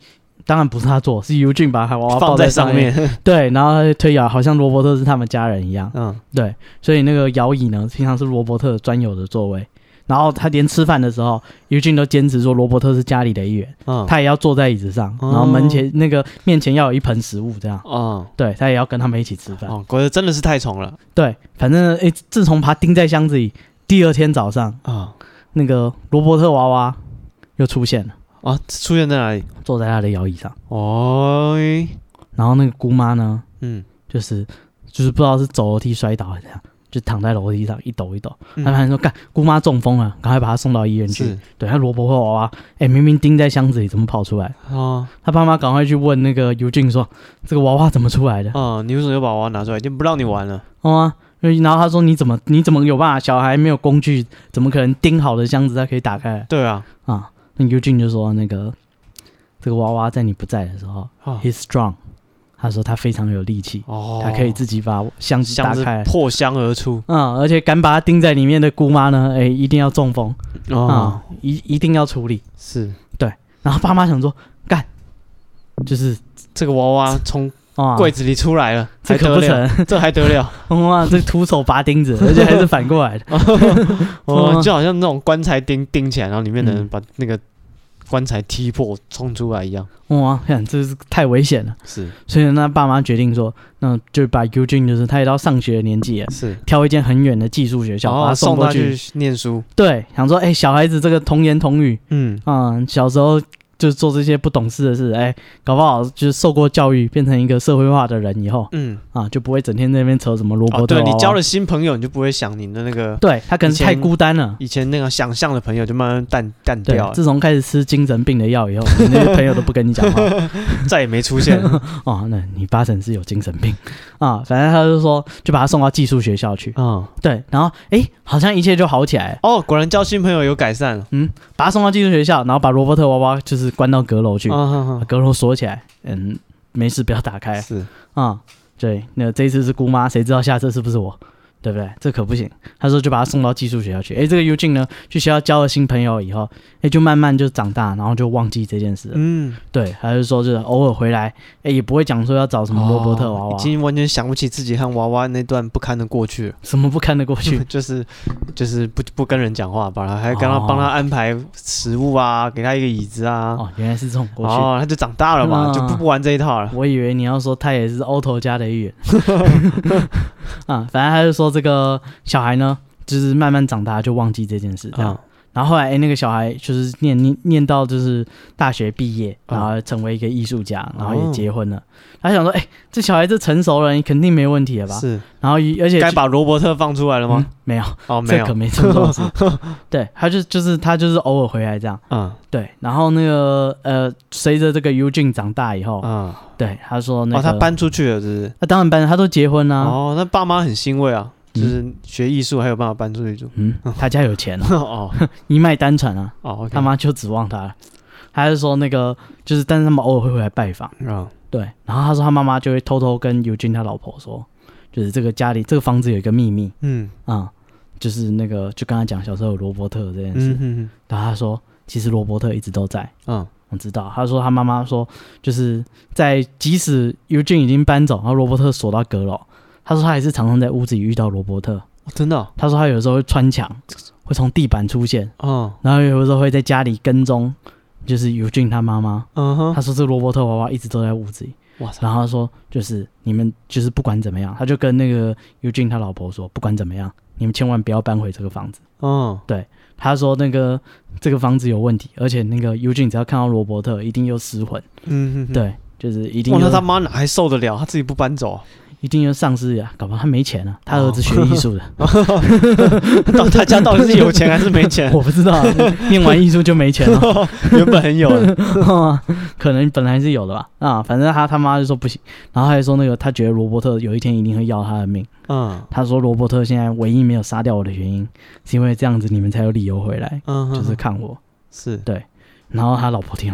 当然不是他做，是 Eugene 把娃娃抱在上面，上面对，然后他就推摇，好像罗伯特是他们家人一样。嗯，对，所以那个摇椅呢，平常是罗伯特专有的座位。然后他连吃饭的时候 ，Eugene 都坚持说罗伯特是家里的一员，嗯，他也要坐在椅子上，嗯、然后门前那个面前要有一盆食物，这样，嗯，对他也要跟他们一起吃饭。 哦，果然真的是太宠了。 对，反正诶，自从把他钉在箱子里，第二天早上啊、嗯，那个罗伯特娃娃又出现了。 啊，出现在哪里？ 坐在他的摇椅上。哦，然后那个姑妈呢，嗯，就是就是不知道是走楼梯摔倒还是怎样，就躺在楼梯上一抖一抖。嗯、他们说：“干，姑妈中风了，赶快把她送到医院去。”对，他罗伯特娃娃，哎、欸，明明钉在箱子里，怎么跑出来？哦，他爸妈赶快去问那个 Eugene 说：“这个娃娃怎么出来的？” 哦，你为什么又把娃娃拿出来？已经不让你玩了。 哦啊，然后他说：“你怎么你怎么有办法？小孩没有工具，怎么可能钉好的箱子他可以打开？” 对啊， 啊。那 Eugene 就说：“那个这个娃娃在你不在的时候、哦、，he's strong。他说他非常有力气，哦、他可以自己把箱子打开， 破箱而出。 嗯，而且敢把它钉在里面的姑妈呢，哎，一定要中风，哦、嗯，一一定要处理。 是， 对。然后爸妈想说，干，就是这个娃娃从柜子里出来了， 这可不成， 这还得了？ 哇，这徒手拔钉子，而且还是反过来的， 哦，就好像那种棺材钉钉起来，然后里面的人把那个棺材踢破冲出来一样。 哇，看这是太危险了。 是， 所以那爸妈决定说，那就把 Eugene 就是他也到上学的年纪了， 是挑一间很远的寄宿学校， 哦、 把他送过去念书。 对，想说，哎、欸，小孩子这个童言童语，嗯嗯，小时候。就是做这些不懂事的事，哎、欸，搞不好就是受过教育，变成一个社会化的人以后，嗯啊，就不会整天在那边扯什么罗伯特娃娃、哦。 对，你交了新朋友，你就不会想你的那个， 对他可能太孤单了。 以前那个想象的朋友就慢慢淡淡掉了。 自从开始吃精神病的药以后，你那些朋友都不跟你讲话， 再也没出现。 哦，那你八成是有精神病啊！反正他就说，就把他送到寄宿学校去。嗯，对，然后哎、欸，好像一切就好起来了。 哦，果然交新朋友有改善了。 嗯，把他送到寄宿学校，然后把罗伯特娃娃就是关到阁楼去，啊、哈哈把阁楼锁起来。嗯，没事，不要打开。 是啊、嗯，对，那这一次是姑妈，谁知道下次是不是我？对不对？这可不行。他说就把他送到寄宿学校去。哎，这个 Eugene 呢，去学校交了新朋友以后，哎，就慢慢就长大，然后就忘记这件事了。嗯，对，还是说就是偶尔回来，哎，也不会讲说要找什么罗伯特娃娃， 哦、已经完全想不起自己和娃娃那段不堪的过去了。 什么不堪的过去？ 就是就是不不跟人讲话吧，还跟他帮他安排食物啊，给他一个椅子啊。 哦，原来是这种过去。 哦，他就长大了嘛，嗯、就不不玩这一套了。 我以为你要说他也是 Otto 家的一员。啊，反正他就说这个小孩呢，就是慢慢长大就忘记这件事，这样。嗯、然后后来，哎、欸，那个小孩就是念念念到就是大学毕业，然后成为一个艺术家，然后也结婚了。他想说，哎、欸，这小孩子成熟了，你肯定没问题了吧？ 是。 然后而且该把罗伯特放出来了吗？ 嗯、没有， 哦，没有， 这可没这种事。对，他就就是他就是偶尔回来这样。嗯，对。然后那个呃，随着这个 Eugene 长大以后，嗯，对，他说那个、 哦、他搬出去了，是不是？ 他当然搬了，他都结婚了、啊。 哦，那爸妈很欣慰啊。就是学艺术还有办法搬出去住， 嗯，他家有钱哦，一脉单传啊， 哦， okay、 他妈就指望他了。他就说那个就是，但是他们偶尔会回来拜访，嗯，对。然后他说他妈妈就会偷偷跟 Eugene 他老婆说，就是这个家里这个房子有一个秘密，嗯啊、嗯，就是那个就跟他讲小时候有罗伯特这件事，嗯哼哼然后他说其实罗伯特一直都在，嗯。我知道，他说他妈妈说就是在即使 Eugene 已经搬走，然后罗伯特锁到阁楼。他说他还是常常在屋子里遇到罗伯特， 哦、真的、哦。 他说他有时候会穿墙，会从地板出现，哦，然后有时候会在家里跟踪，就是 Eugene 他妈妈。嗯哼，他说这个罗伯特娃娃一直都在屋子里。哇塞！然后他说就是你们就是不管怎么样，他就跟那个 Eugene 他老婆说，不管怎么样，你们千万不要搬回这个房子。哦，对，他说那个这个房子有问题，而且那个 Eugene 只要看到罗伯特，一定又失魂。嗯哼哼，对，就是一定。 哇，那他妈哪还受得了？他自己不搬走、啊。 一定要丧失呀，搞不好他没钱啊。他儿子学艺术的， 到他家到底是有钱还是没钱？ 我不知道，念完艺术就没钱了。 原本很有的， 可能本来是有的吧。啊，反正他他妈就说不行，然后他还说那个他觉得罗伯特有一天一定会要他的命。嗯，他说罗伯特现在唯一没有杀掉我的原因，是因为这样子你们才有理由回来，嗯、就是看我。 是对，然后他老婆听了。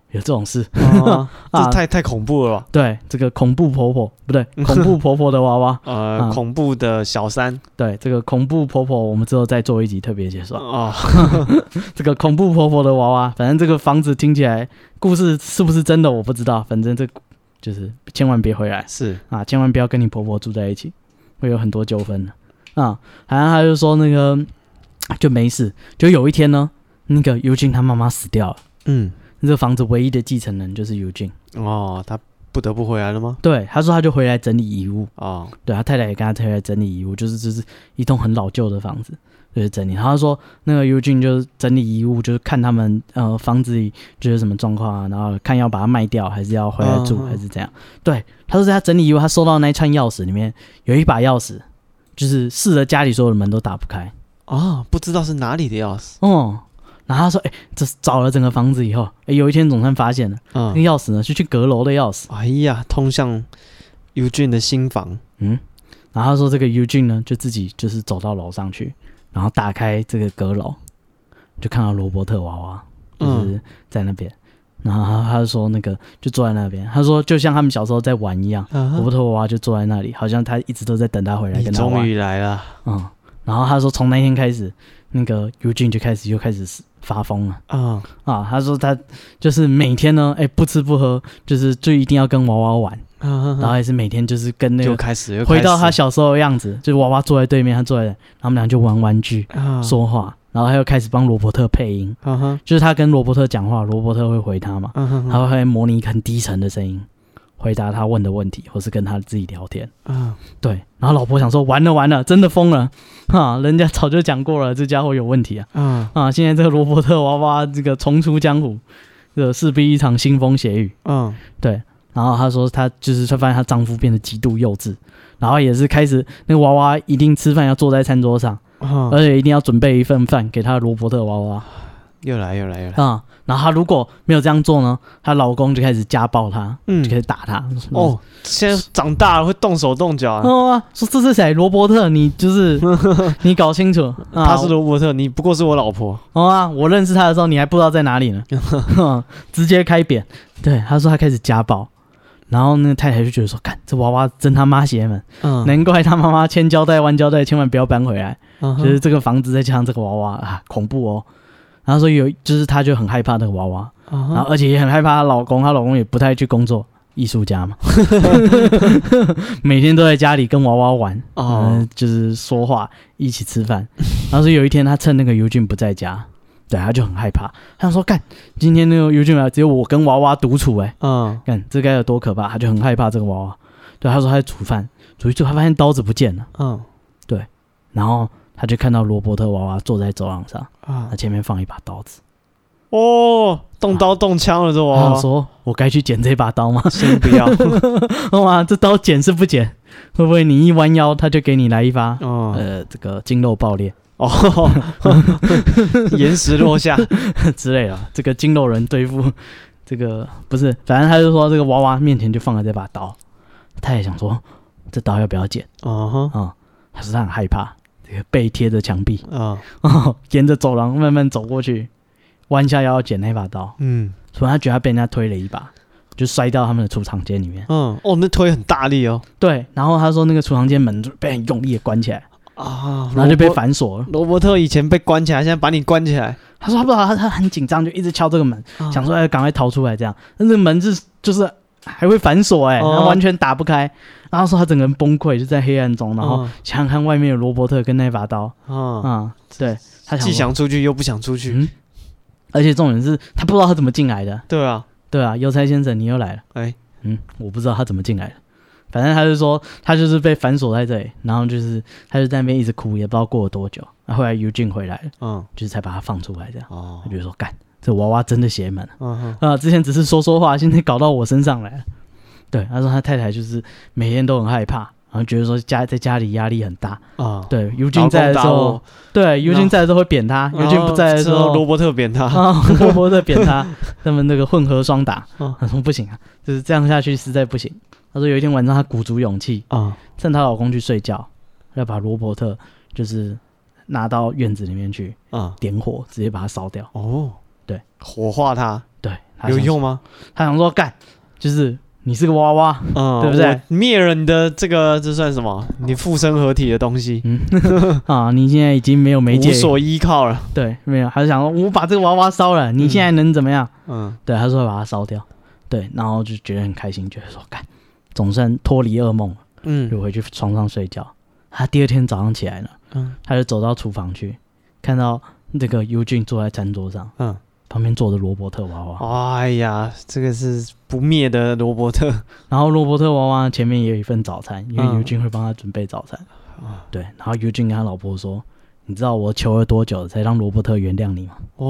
有这种事， 啊、这太太恐怖了吧？ 对，这个恐怖婆婆不对，恐怖婆婆的娃娃， 呃，啊、恐怖的小三。 对，这个恐怖婆婆，我们之后再做一集特别介绍啊。哦、这个恐怖婆婆的娃娃，反正这个房子听起来，故事是不是真的我不知道，反正这就是千万别回来， 是啊，千万不要跟你婆婆住在一起，会有很多纠纷的啊。好像他就说那个就没事，就有一天呢，那个尤金他妈妈死掉了，嗯。这个房子唯一的继承人就是 Eugene 哦，他不得不回来了吗？ 对，他说他就回来整理遗物哦，对，他太太也跟他回来整理遗物，就是就是一栋很老旧的房子，就是整理。然后他说那个 Eugene 就是整理遗物，就是看他们呃房子里就是什么状况啊，然后看要把它卖掉还是要回来住、哦、还是怎样。对，他说在他整理遗物，他收到那一串钥匙里面有一把钥匙，就是试了家里所有的门都打不开哦，不知道是哪里的钥匙哦。然后他说：“哎、欸，这找了整个房子以后，哎、欸，有一天总算发现了，嗯，那钥匙呢是去阁楼的钥匙。 哎呀，通向 Eugene 的新房。嗯， 然后他说这个 Eugene 呢就自己就是走到楼上去，然后打开这个阁楼，就看到罗伯特娃娃就是在那边。嗯、然后他就说那个就坐在那边，他说就像他们小时候在玩一样，嗯、罗伯特娃娃就坐在那里，好像他一直都在等他回来跟他玩。 你终于来了。嗯， 然后他说从那天开始，那个 Eugene 就开始又开始发疯了啊、嗯、啊！他说他就是每天呢，哎、欸，不吃不喝，就是就一定要跟娃娃玩，嗯、然后也是每天就是跟那个就开始回到他小时候的样子，就是娃娃坐在对面，他坐在，然后他们俩就玩玩具、嗯、说话，然后他又开始帮罗伯特配音，嗯、就是他跟罗伯特讲话，罗伯特会回他嘛，嗯、他会模拟很低沉的声音。回答他问的问题，或是跟他自己聊天啊，对。然后老婆想说，完了完了，真的疯了哈！人家早就讲过了，这家伙有问题啊啊！啊现在这个罗伯特娃娃这个重出江湖，这势必一场腥风血雨。嗯，对。然后他说，他就是他发现她丈夫变得极度幼稚，然后也是开始那个娃娃一定吃饭要坐在餐桌上，嗯、而且一定要准备一份饭给他的罗伯特娃娃。 又来又来又来啊、嗯！然后她如果没有这样做呢，她老公就开始家暴她，嗯，就开始打她。 哦，现在长大了会动手动脚啊！ 哦啊，说这是谁？罗伯特，你就是你搞清楚， 啊、他是罗伯特，你不过是我老婆。 哦啊，我认识他的时候你还不知道在哪里呢，直接开扁。对，他说他开始家暴，然后那个太太就觉得说，看这娃娃真他妈邪门，嗯，难怪他妈妈千交代万交代，千万不要搬回来，嗯、就是这个房子再加上这个娃娃啊，恐怖哦。然后说有，就是她就很害怕那个娃娃， uh-huh. 然后而且也很害怕她老公，她老公也不太去工作，艺术家嘛，每天都在家里跟娃娃玩，哦、呃，就是说话，一起吃饭。然后说有一天，她趁那个Eugene不在家，对，她就很害怕，她想说干，今天那个Eugene来，只有我跟娃娃独处，哎，嗯，干这该有多可怕，她就很害怕这个娃娃。对，她说她在煮饭，煮一煮，她发现刀子不见了，嗯，对，然后。他就看到罗伯特娃娃坐在走廊上，啊，他前面放一把刀子， 哦，动刀动枪了，这娃娃。 他说：“我该去捡这把刀吗？” 先不要， 哇，这刀捡是不捡？会不会你一弯腰，他就给你来一发？哦，呃，这个筋肉爆裂，哦， 岩石落下之类的。这个筋肉人对付这个不是，反正他就说这个娃娃面前就放了这把刀，他也想说这刀要不要捡？哦，啊、嗯，他说他很害怕。这个背贴着墙壁啊、哦，沿着走廊慢慢走过去，弯下腰要捡那把刀。嗯，所以他觉得他被人家推了一把，就摔到他们的储藏间里面。 嗯，哦，那推很大力哦。 对，然后他说那个储藏间门被很用力的关起来啊，然后就被反锁了。 罗伯特以前被关起来，现在把你关起来。 他说他不知道，他他很紧张，就一直敲这个门，啊、想说要赶快逃出来这样。但是门是就是还会反锁哎、欸，哦、他完全打不开。然后说他整个人崩溃，就在黑暗中，然后想想看外面有罗伯特跟那把刀，啊、哦嗯，对，他既想出去又不想出去，嗯， 而且重点是他不知道他怎么进来的， 对啊， 对啊，邮差先生你又来了，哎、欸，嗯，我不知道他怎么进来的，反正他就说他就是被反锁在这里，然后就是他就在那边一直哭，也不知道过了多久，然后后来Eugene回来了，嗯，就是才把他放出来这样，哦，他就说干，这娃娃真的邪门，嗯啊、呃，之前只是说说话，现在搞到我身上来了。对，他说他太太就是每天都很害怕，然后觉得说家在家里压力很大啊。对，Eugene在的时候，对，Eugene在的时候会扁他，Eugene不在的时候， 罗伯特扁他， 啊，罗伯特扁他，他们那个混合双打。他说不行啊，就是这样下去实在不行。他说有一天晚上他鼓足勇气啊，趁她老公去睡觉，要把罗伯特就是拿到院子里面去啊，点火直接把他烧掉。哦，对， 火化他。 对， 有用吗？ 他想说干，就是你是个娃娃，嗯，对不对？ 灭了你的这个，这算什么？你附身合体的东西，嗯啊，你现在已经没有媒介， 无所依靠了。 对，没有，他就想说，我把这个娃娃烧了，你现在能怎么样？嗯，对，他说会把它烧掉，对，然后就觉得很开心，觉得说干，总算脱离噩梦了，嗯，就回去床上睡觉。他第二天早上起来了，嗯，他就走到厨房去，看到这个尤金坐在餐桌上，嗯。旁边坐着罗伯特娃娃， 哎呀，这个是不灭的罗伯特。 然后罗伯特娃娃前面也有一份早餐，因为尤金会帮他准备早餐。嗯、对，然后尤金跟他老婆说：“你知道我求了多久才让罗伯特原谅你吗？”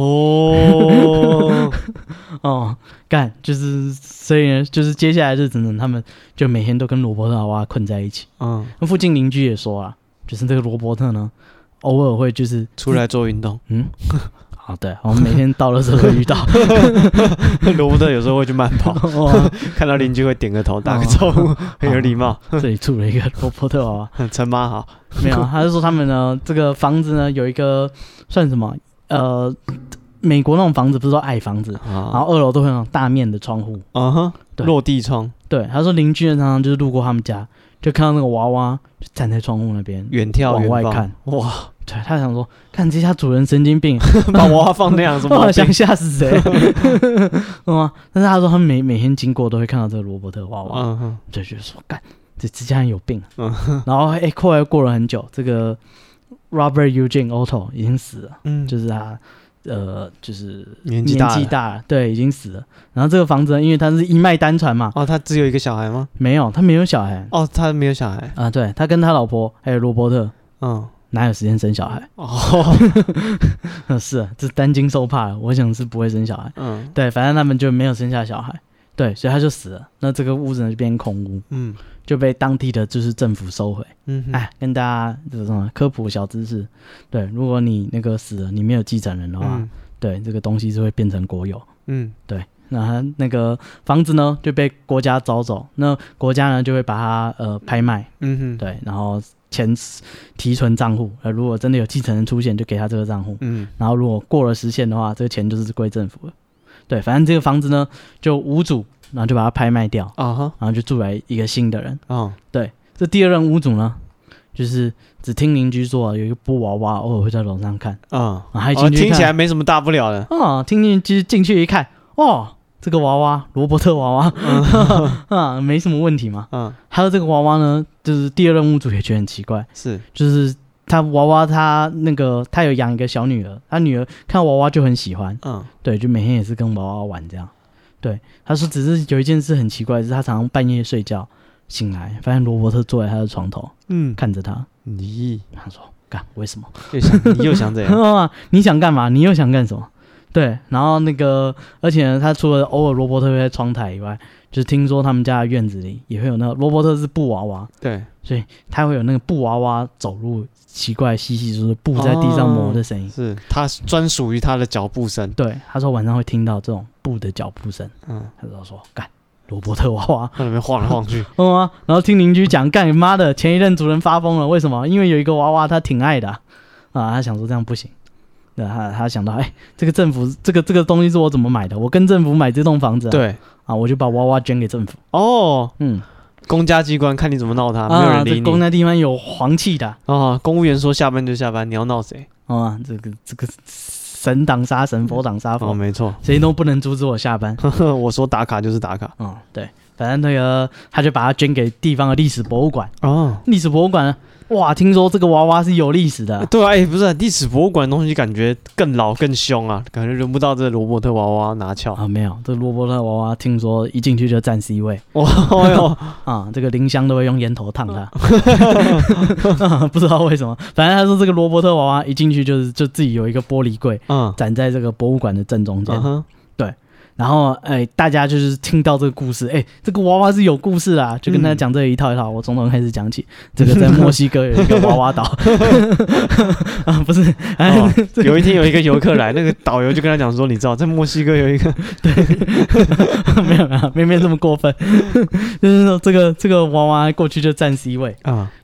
哦，哦，干，就是所以呢，就是接下来日子呢，他们就每天都跟罗伯特娃娃困在一起。嗯，那附近邻居也说啊，就是这个罗伯特呢，偶尔会就是出来做运动。嗯。 啊，对，我们每天到了时候会遇到罗伯特，有时候会去慢跑，看到邻居会点个头，打个招呼，很有礼貌。 这里住了一个罗伯特娃娃， 陈妈好， 没有，他是说他们呢，这个房子呢有一个算什么？呃，美国那种房子不是说矮房子，然后二楼都会有那种大面的窗户，啊哈， 落地窗。 对，他说邻居常常就是路过他们家，就看到那个娃娃就站在窗户那边， 远眺往外看，哇。对，他想说，看这家主人神经病， 把娃娃放那样，什么想吓死谁？嗯，但是他说他每每天经过都会看到这个罗伯特娃娃，嗯哼，就觉得说，干，这这家人有病。嗯，然后哎，后来过了很久，这个 Robert Eugene Otto 已经死了，嗯，就是他，呃，就是年纪大了， 年纪大了，对，已经死了。然后这个房子呢，因为他是一脉单传嘛， 哦，他只有一个小孩吗？ 没有，他没有小孩。 哦，他没有小孩啊？对，他跟他老婆还有罗伯特，嗯。哪有时间生小孩？哦，是啊，这担惊受怕了。我想是不会生小孩。嗯，对，反正他们就没有生下小孩，对，所以他就死了。那这个屋子呢就变空屋，嗯，就被当地的就是政府收回。嗯，哎，跟大家这个什么科普小知识，对，如果你那个死了，你没有继承人的话，嗯、对，这个东西是会变成国有。嗯，对。那那个房子呢就被国家招走，那国家呢就会把它呃拍卖，嗯哼，对，然后钱提存账户，呃，如果真的有继承人出现，就给他这个账户，嗯，然后如果过了时限的话，这个钱就是归政府了，对，反正这个房子呢就无主，然后就把它拍卖掉，啊哈，然后就住来一个新的人，哦，对，这第二任屋主呢，就是只听邻居说有一个布娃娃偶尔会在楼上看，啊、嗯，还进去看， 哦，听起来没什么大不了的， 啊、嗯，听进去进去一看，哦。这个娃娃，罗伯特娃娃，嗯、啊，没什么问题嘛。嗯，还有这个娃娃呢，就是第二任屋主也觉得很奇怪， 是， 就是他娃娃他那个他有养一个小女儿，他女儿看娃娃就很喜欢，嗯，对，就每天也是跟娃娃玩这样。对，他说只是有一件事很奇怪，是他常常半夜睡觉醒来，发现罗伯特坐在他的床头，嗯，看着他， 你， 他说干为什么？ 又想你又想怎样？ 你想干嘛？你又想干什么？对，然后那个，而且呢，他除了偶尔罗伯特会在窗台以外，就是听说他们家的院子里也会有那个罗伯特是布娃娃， 对， 所以他会有那个布娃娃走路奇怪稀稀疏疏布在地上磨的声音，哦、 是他专属于他的脚步声。 对，他说晚上会听到这种布的脚步声，嗯，他就说干罗伯特娃娃在那边晃来晃去， 嗯啊，然后听邻居讲，干妈的前一任主人发疯了，为什么？因为有一个娃娃他挺爱的啊，啊他想说这样不行。他他想到，哎，这个政府这个这个东西是我怎么买的？我跟政府买这栋房子、啊， 对啊，我就把娃娃捐给政府。 哦，嗯，公家机关看你怎么闹他，没有人理你。 啊、公家地方有皇气的啊，公务员说下班就下班，你要闹谁？ 啊，这个这个神挡杀神，佛挡杀佛， 哦，没错， 谁都不能阻止我下班。 我说打卡就是打卡。 嗯，对，反正那个他就把它捐给地方的历史博物馆。哦，历史博物馆呢？哇，听说这个娃娃是有历史的、啊。 对啊，哎、欸，不是历、啊、史博物馆的东西，感觉更老更凶啊，感觉轮不到这罗伯特娃娃拿翘啊。没有，这罗伯特娃娃听说一进去就占 C 位。哇、哦哟，啊，这个林香都会用烟头烫他、啊，不知道为什么。反正他说这个罗伯特娃娃一进去就是就自己有一个玻璃柜，嗯，展在这个博物馆的正中间。嗯对。然后，哎、欸，大家就是听到这个故事，哎、欸，这个娃娃是有故事啦，就跟他讲这一套一套。嗯、我从头开始讲起，这个在墨西哥有一个娃娃岛，啊，不是，哎、 哦，有一天有一个游客来，那个导游就跟他讲说，你知道，在墨西哥有一个， 对，没有没有，没没这么过分，就是说这个这个娃娃过去就占 C 位啊，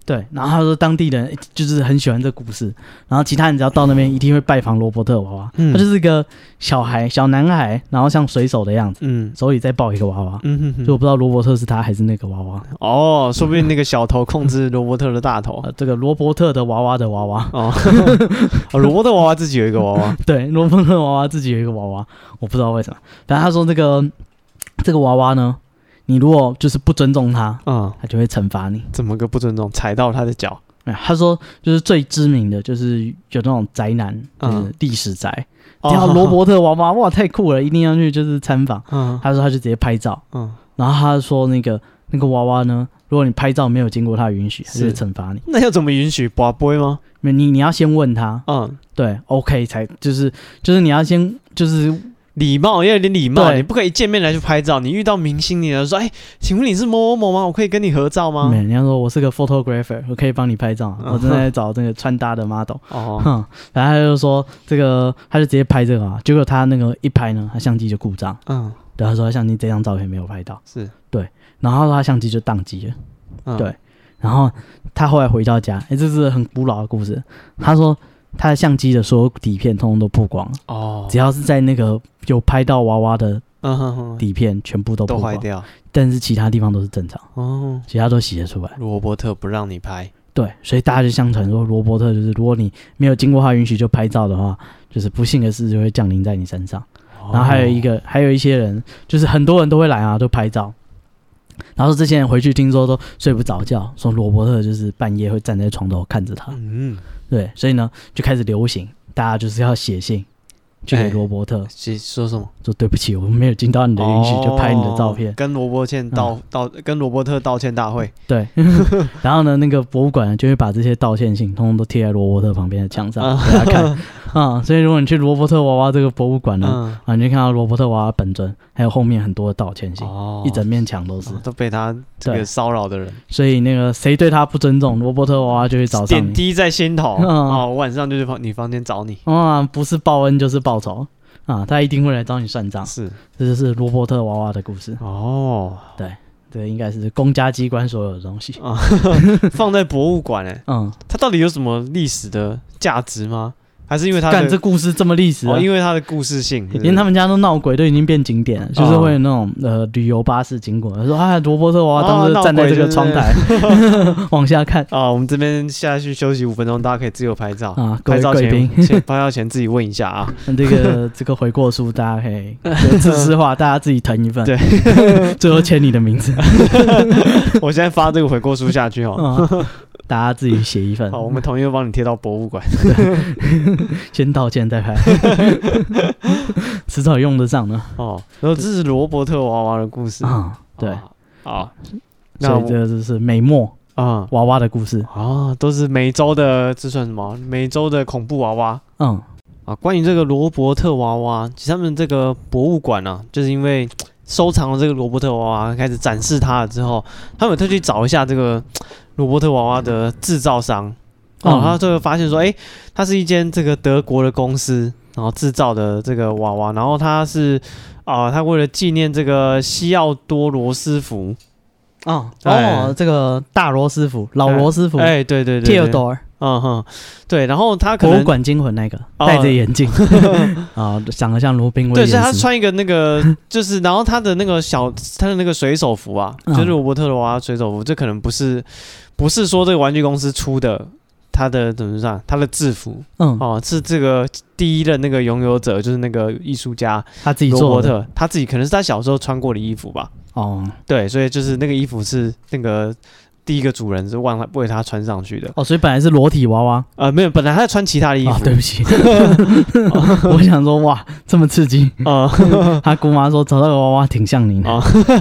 对，然后他说当地人就是很喜欢这故事，然后其他人只要到那边一定会拜访罗伯特娃娃，嗯、他就是一个小孩小男孩，然后像水手的样子，嗯，手里再抱一个娃娃，嗯哼哼，就我不知道罗伯特是他还是那个娃娃， 哦，说不定那个小头控制罗伯特的大头， 呃、这个罗伯特的娃娃的娃娃， 哦，哦罗伯特娃娃自己有一个娃娃， 对，罗伯特娃娃自己有一个娃娃，我不知道为什么，但他说这个这个娃娃呢。你如果就是不尊重他，嗯，他就会惩罚你。 怎么个不尊重？踩到他的脚？ 他说，就是最知名的就是有那种宅男，就是历史宅，然后罗伯特娃娃，哇，太酷了，一定要去就是参访。嗯，他说他就直接拍照，嗯，然后他说那个那个娃娃呢，如果你拍照没有经过他的允许，他就会惩罚你。 那要怎么允许？拔杯吗？ 你你要先问他，嗯，对 ，OK 才就是就是你要先就是。 礼貌，要有点礼貌，你不可以见面来去拍照。你遇到明星，你要说：“哎、欸，请问你是某某某吗？我可以跟你合照吗？” 没，你要说我是个 photographer， 我可以帮你拍照。我正在找这个穿搭的 model。哦，哼，然后他就说这个，他就直接拍这个啊。结果他那个一拍呢，他相机就故障。嗯，对，他说他相机这张照片没有拍到。 是， 对，然后他相机就宕机了。嗯，对，然后他后来回到家，哎、欸，这是很古老的故事。他说。他的相机的所有底片通通都曝光了哦，只要是在那个有拍到娃娃的底片，全部都曝光，都坏掉，但是其他地方都是正常哦，其他都洗得出来。 罗伯特不让你拍， 对，所以大家就相传说罗伯特就是如果你没有经过他允许就拍照的话，就是不幸的事就会降临在你身上。哦、然后还有一个，还有一些人，就是很多人都会来啊，都拍照。然后这些人回去听说都睡不着觉，说罗伯特就是半夜会站在床头看着他。嗯。对，所以呢，就开始流行，大家就是要写信去给罗伯特， 写、欸、说什么？ 说对不起，我们没有经到你的允许，哦、就拍你的照片， 跟罗伯特道、嗯、道，跟罗伯特道歉大会。 对，然后呢，那个博物馆就会把这些道歉信，通通都贴在罗伯特旁边的墙上给他看。啊、嗯，所以如果你去罗伯特娃娃这个博物馆呢，嗯、啊，你就看到罗伯特娃娃本尊，还有后面很多的道歉信，哦、一整面墙都是， 哦、都被他这个骚扰的人。 所以那个谁对他不尊重，罗伯特娃娃就会找上你， 点滴在心头。嗯、哦，我晚上就去你房间找你。 啊、嗯，不是报恩就是报仇啊，他一定会来找你算账。 是， 这就是罗伯特娃娃的故事。 哦， 对。这应该是公家机关所有的东西啊， 放在博物馆哎，嗯，它到底有什么历史的价值吗？还是因为它干这故事这么历史、啊哦？因为它的故事性， 连他们家都闹鬼，都已经变景点了，哦、就是会有那种呃旅游巴士经过，说啊罗伯特娃娃当时站在这个窗台、哦、往下看啊、哦。我们这边下去休息五分钟，大家可以自由拍照啊。拍照前拍照前自己问一下啊。 这个这个悔过书大家可以自私化，大家自己腾一份， 对， 最后签你的名字。 我现在发这个悔过书下去哦。嗯大家自己写一份， 好，我们统一帮你贴到博物馆。 先道歉再拍，迟早用得上呢。 哦，然后这是罗伯特娃娃的故事啊、嗯，对， 好， 所以这就是美墨啊、嗯、娃娃的故事啊，都是美洲的，这算什么？美洲的恐怖娃娃。嗯，啊，关于这个罗伯特娃娃，其实他们这个博物馆啊，就是因为收藏了这个罗伯特娃娃，开始展示它了之后，他们有特去找一下这个罗伯特娃娃的制造商，哦，他就发现说，哎、欸，它是一间这个德国的公司，然后制造的这个娃娃，然后它是啊，他、呃、为了纪念这个西奥多罗斯福， 哦哦，这个大罗斯福，老罗斯福， 哎、欸，对对对 ，Theodore。 嗯哼，对，然后他可能博物馆惊魂那个戴着眼镜啊，长得像罗宾威廉斯。 对，所以他穿一个那个，就是然后他的那个小他的那个水手服啊，就是罗伯特的娃娃水手服，这可能不是不是说这个玩具公司出的，他的怎么说？他的制服，嗯，哦，是这个第一任那个拥有者，就是那个艺术家他自己做的， 罗伯特他自己可能是他小时候穿过的衣服吧。哦，对，所以就是那个衣服是那个。第一个主人是为为他穿上去的哦，所以本来是裸体娃娃， 呃，没有，本来他在穿其他的衣服。 哦、对不起，我想说，哇，这么刺激啊！哦、他姑妈说找到个娃娃挺像你的，哦、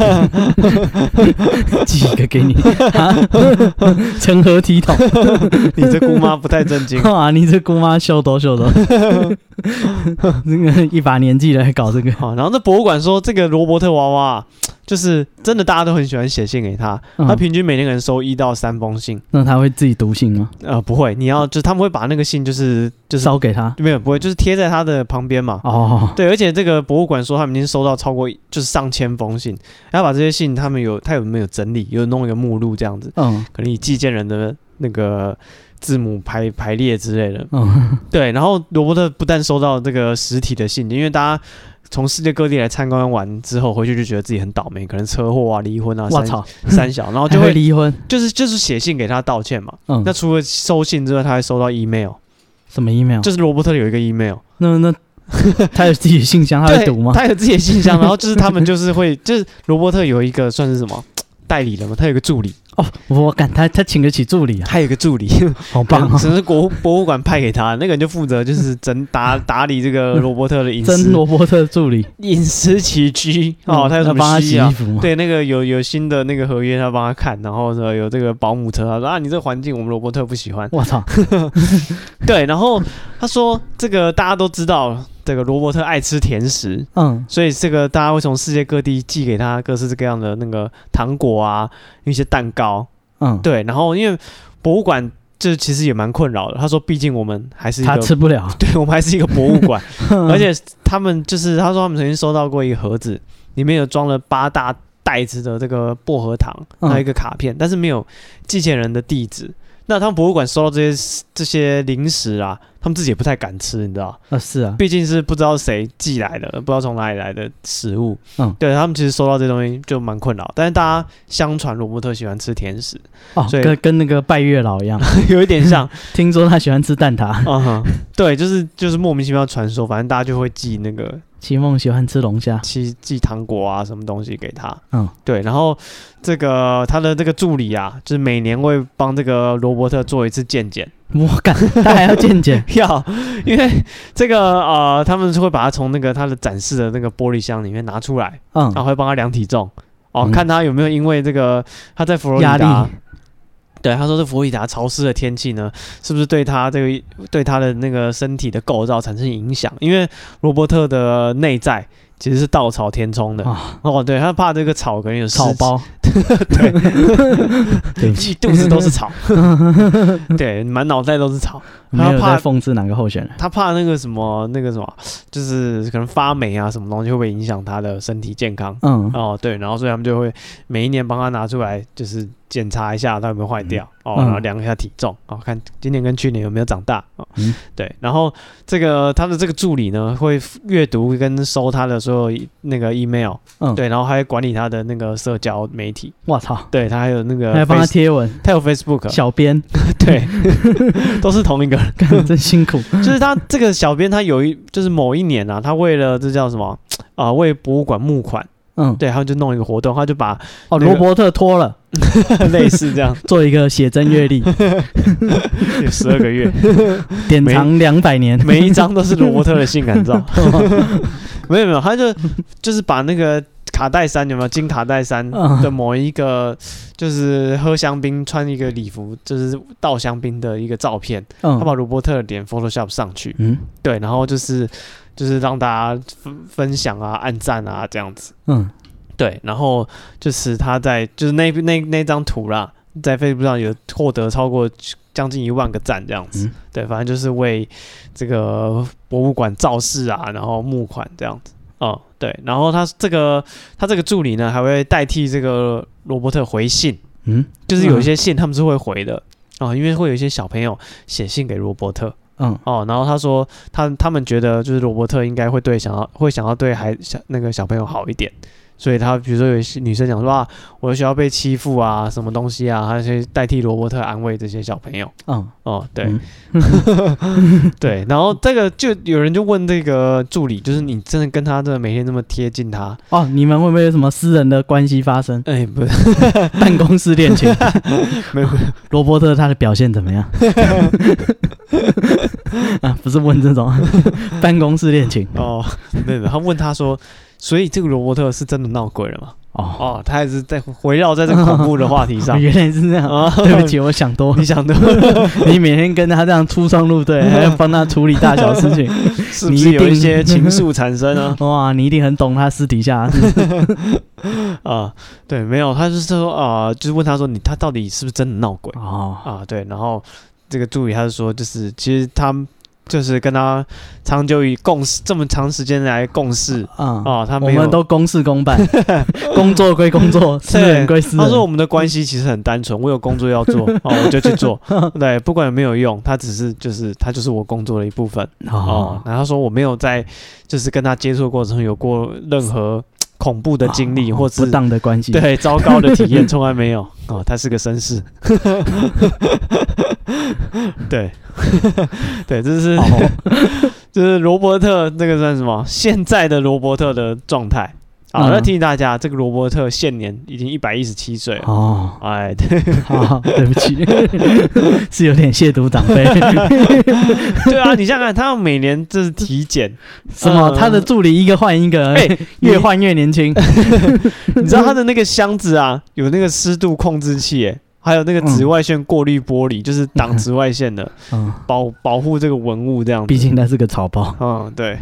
寄一个给你，成何体统？ 你这姑妈不太正经啊！你这姑妈秀逗秀逗。 那个一把年纪来搞这个。 好，然后这博物馆说，这个罗伯特娃娃就是真的，大家都很喜欢写信给他。嗯、他平均每天可能收一到三封信。 那他会自己读信吗？ 呃，不会，你要就是他们会把那个信就是就是烧给他， 没有不会，就是贴在他的旁边嘛。哦，对，而且这个博物馆说他们已经收到超过就是上千封信，然后把这些信他们有他有没有整理，有弄一个目录这样子。嗯，可能以寄件人的那个字母排排列之类的。嗯，对，然后罗伯特不但收到这个实体的信，因为大家从世界各地来参观完之后，回去就觉得自己很倒霉，可能车祸啊、离婚啊、三三小，然后就会离婚， 就是就是写信给他道歉嘛。嗯，那除了收信之外，他还收到 email。 什么 email？ 就是罗伯特有一个 email。 那那他有自己的信箱，他会读吗？ 他有自己的信箱，然后就是他们就是会，就是罗伯特有一个算是什么代理人嘛，他有个助理。 哦，我感他他请得起助理啊， 他有个助理， 好棒哦！ 只是国博物馆派给他，那个人就负责就是整打打理这个罗伯特的隐私， 真罗伯特助理， 饮食起居哦，他有什么需要？对，那个有有新的那个合约，他帮他看，然后呢有这个保姆车，他说啊，你这个环境我们罗伯特不喜欢， 我操！ 对，然后他说这个大家都知道。这个罗伯特爱吃甜食，嗯，所以这个大家会从世界各地寄给他各式各样的那个糖果啊，一些蛋糕，嗯，对。然后因为博物馆这其实也蛮困扰的，他说，毕竟我们还是一个他吃不了， 对我们还是一个博物馆，而且他们就是他说他们曾经收到过一个盒子，里面有装了八大袋子的这个薄荷糖，还有一个卡片，嗯、但是没有寄件人的地址。那他们博物馆收到这些这些零食啊，他们自己也不太敢吃，你知道？ 啊，是啊， 毕竟是不知道谁寄来的，不知道从哪里来的食物。嗯，对他们其实收到这东西就蛮困扰。但是大家相传罗伯特喜欢吃甜食， 哦，所以跟跟那个拜月老一样， 有一点像。 听说他喜欢吃蛋挞。 嗯哼，对，就是就是莫名其妙传说，反正大家就会寄那个。 奇梦喜欢吃龙虾， 寄寄糖果啊，什么东西给他？嗯，对，然后这个他的这个助理啊，就是每年会帮这个罗伯特做一次健检。 我干，他还要健检？ 要，因为这个呃，他们是会把他从那个他的展示的那个玻璃箱里面拿出来，嗯，然后会帮他量体重，哦，嗯、看他有没有因为这个他在佛罗里达。对，他说这佛罗里达潮湿的天气呢，是不是对他这个对他的那个身体的构造产生影响？因为罗伯特的内在其实是稻草填充的、啊、哦，对，他怕这个草可能有草包， 对，对不起，肚子都是草，对，满脑袋都是草。 没有在讽刺哪个候选人， 他怕那个什么那个什么，就是可能发霉啊什么东西会不会影响他的身体健康？嗯，哦对，然后所以他们就会每一年帮他拿出来，就是检查一下他有没有坏掉、嗯、哦，然后量一下体重哦，看今年跟去年有没有长大哦。嗯，对，然后这个他的这个助理呢会阅读跟收他的所有那个 email， 嗯，对，然后还会管理他的那个社交媒体。 我操， 对他还有那个还帮他贴文， 他有 Facebook 小编， 对，都是同一个。 真辛苦， 就是他这个小编，他有一就是某一年啊，他为了这叫什么啊、呃，为博物馆募款，嗯，对，他就弄一个活动，他就把哦罗伯特脱了， 类似这样， 做一个写真阅历， 有十二个月， 典藏两百年， 每一张都是罗伯特的性感照，没有没有，他就就是把那个。卡戴珊有没有金卡戴珊的某一个就是喝香槟穿一个礼服就是倒香槟的一个照片，嗯、他把罗伯特的脸 Photoshop 上去，嗯，对，然后就是就是让大家分分享啊、按赞啊这样子，嗯，对，然后就是他在就是那那那张图啦，在 Facebook 上有获得超过将近一万个赞这样子，嗯、对，反正就是为这个博物馆造势啊，然后募款这样子。哦、嗯，对，然后他这个他这个助理呢，还会代替这个罗伯特回信，嗯，就是有一些信他们是会回的啊、哦，因为会有一些小朋友写信给罗伯特，嗯，哦，然后他说他他们觉得就是罗伯特应该会对想要会想要对孩小那个小朋友好一点。所以他比如说有些女生讲说啊，我的学校被欺负啊，什么东西啊，他就代替罗伯特安慰这些小朋友。嗯，哦，对，嗯、对，然后这个就有人就问这个助理，就是你真的跟他真的每天那么贴近他哦，你们会不会有什么私人的关系发生？ 哎、欸，不是， 办公室恋情，没有，罗伯特他的表现怎么样？啊，不是问这种办公室恋情哦，没有，他问他说。所以这个罗伯特是真的闹鬼了吗？ 哦哦，他还是在围绕在这个恐怖的话题上。 原来是这样啊！对不起，我想多， 你想多。 你每天跟他这样出双入对，还要帮他处理大小事情， 是不是有一些情愫产生呢？ 哇，你一定很懂他私底下。 啊，对，没有，他就是说啊、呃，就是问他说你他到底是不是真的闹鬼？ 哦啊，对，然后这个助理他就说，就是其实他。就是跟他长久以共事这么长时间来共事啊、嗯哦，他没有我们都公事公办，工作归工作，私人归私人。 他说我们的关系其实很单纯，我有工作要做哦，我就去做，对，不管有没有用，他只是就是他就是我工作的一部分哦。哦然后他说我没有在就是跟他接触过程中有过任何恐怖的经历、哦、或是不当的关系， 对，糟糕的体验从来没有哦。他是个绅士，对。对，这是、哦、就是罗伯特那个算什么？现在的罗伯特的状态。好，那、嗯、提醒大家，这个罗伯特现年已经一百一十七岁了。哦，哎，对， 好，对不起，是有点亵渎长辈。 对啊，你想想看，他每年这是体检， 什么？呃、他的助理一个换一个，哎、欸，越换越年轻。 你知道他的那个箱子啊，有那个湿度控制器，哎。还有那个紫外线过滤玻璃，嗯、就是挡紫外线的，嗯、保保护这个文物这样子。 毕竟它是个草包。 嗯，对。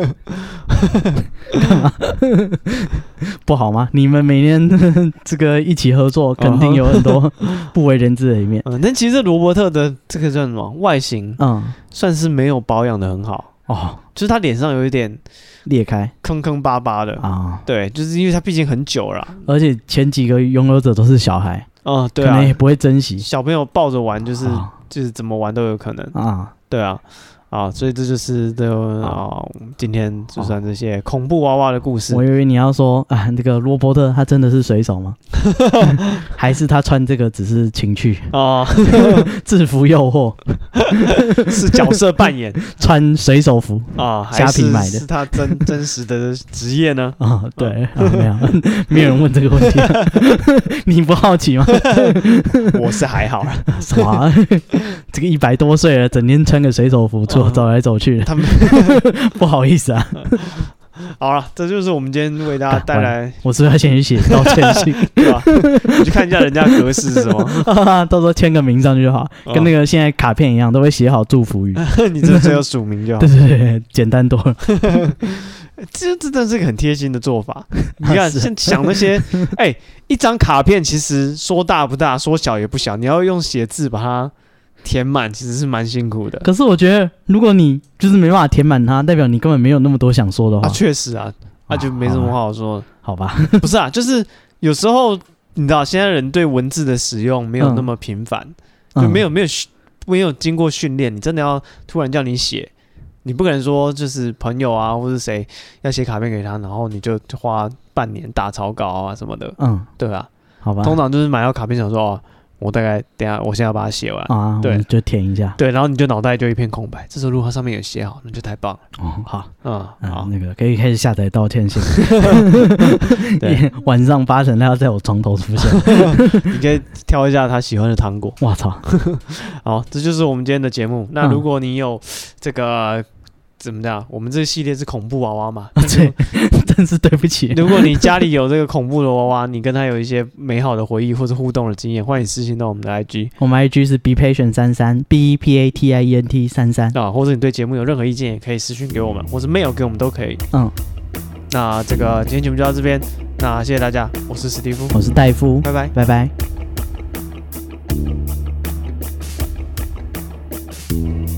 不好吗？你们每年这个一起合作，肯定有很多不为人知的一面。 嗯，但其实罗伯特的这个叫什么外形，嗯，算是没有保养的很好哦，就是他脸上有一点裂开、 坑坑巴巴的啊。对，就是因为他毕竟很久了， 而且前几个拥有者都是小孩。 哦、嗯，对啊， 可能也不会珍惜。 小朋友抱着玩，就是、哦、就是怎么玩都有可能啊。对啊，啊，所以这就是这个啊，今天就算这些恐怖娃娃的故事。 我以为你要说啊，那个罗伯特他真的是水手吗？还是他穿这个只是情趣哦，制服诱惑， 是角色扮演， 穿水手服啊， 虾皮买的， 是他真真实的职业呢？ 啊，对，啊、没有，没有人问这个问题，你不好奇吗？ 我是还好， 什么、啊？这个一百多岁了，整天穿个水手服走走来走去的，他们不好意思啊。 好了，这就是我们今天为大家带来。 我是不是要先去写道歉信， 对吧？你去看一下人家格式是什么， 到时候签个名上去就好，哦、跟那个现在卡片一样，都会写好祝福语。 你这只有署名就好。 对对对，简单多了。 这真的是一个很贴心的做法。你看，先想那些，哎、欸，一张卡片其实说大不大，说小也不小，你要用写字把它填满，其实是蛮辛苦的。 可是我觉得，如果你就是没办法填满它，代表你根本没有那么多想说的话。 啊，确实啊，那、啊、就没什么话好说的。 好吧， 不是啊，就是有时候你知道，现在人对文字的使用没有那么频繁，嗯、就没有没有没有经过训练，你真的要突然叫你写。你不可能说就是朋友啊，或是谁要写卡片给他，然后你就花半年打草稿啊什么的，嗯，对吧？ 好吧， 通常就是买到卡片想说，哦，我大概等一下我现在要把它写完啊，对，就填一下， 对，然后你就脑袋就一片空白。这时候如果它上面有写好，那就太棒了。 哦，好， 嗯，好， 那个可以开始下载道歉信。对，晚上八成他要在我床头出现， 你可以挑一下他喜欢的糖果。 我操， 好，这就是我们今天的节目。那如果你有这个。怎么讲？我们这个系列是恐怖娃娃嘛？ 对，真是对不起。 如果你家里有这个恐怖的娃娃，你跟他有一些美好的回忆或者互动的经验，欢迎私信到我们的 I G。 我们 I G 是 be patient 三三 b e p a t i e n t 三三啊，或者你对节目有任何意见，也可以私讯给我们，或是 mail 给我们都可以。嗯，那这个今天节目就到这边，那谢谢大家，我是史蒂夫， 我是戴夫， 拜拜， 拜拜。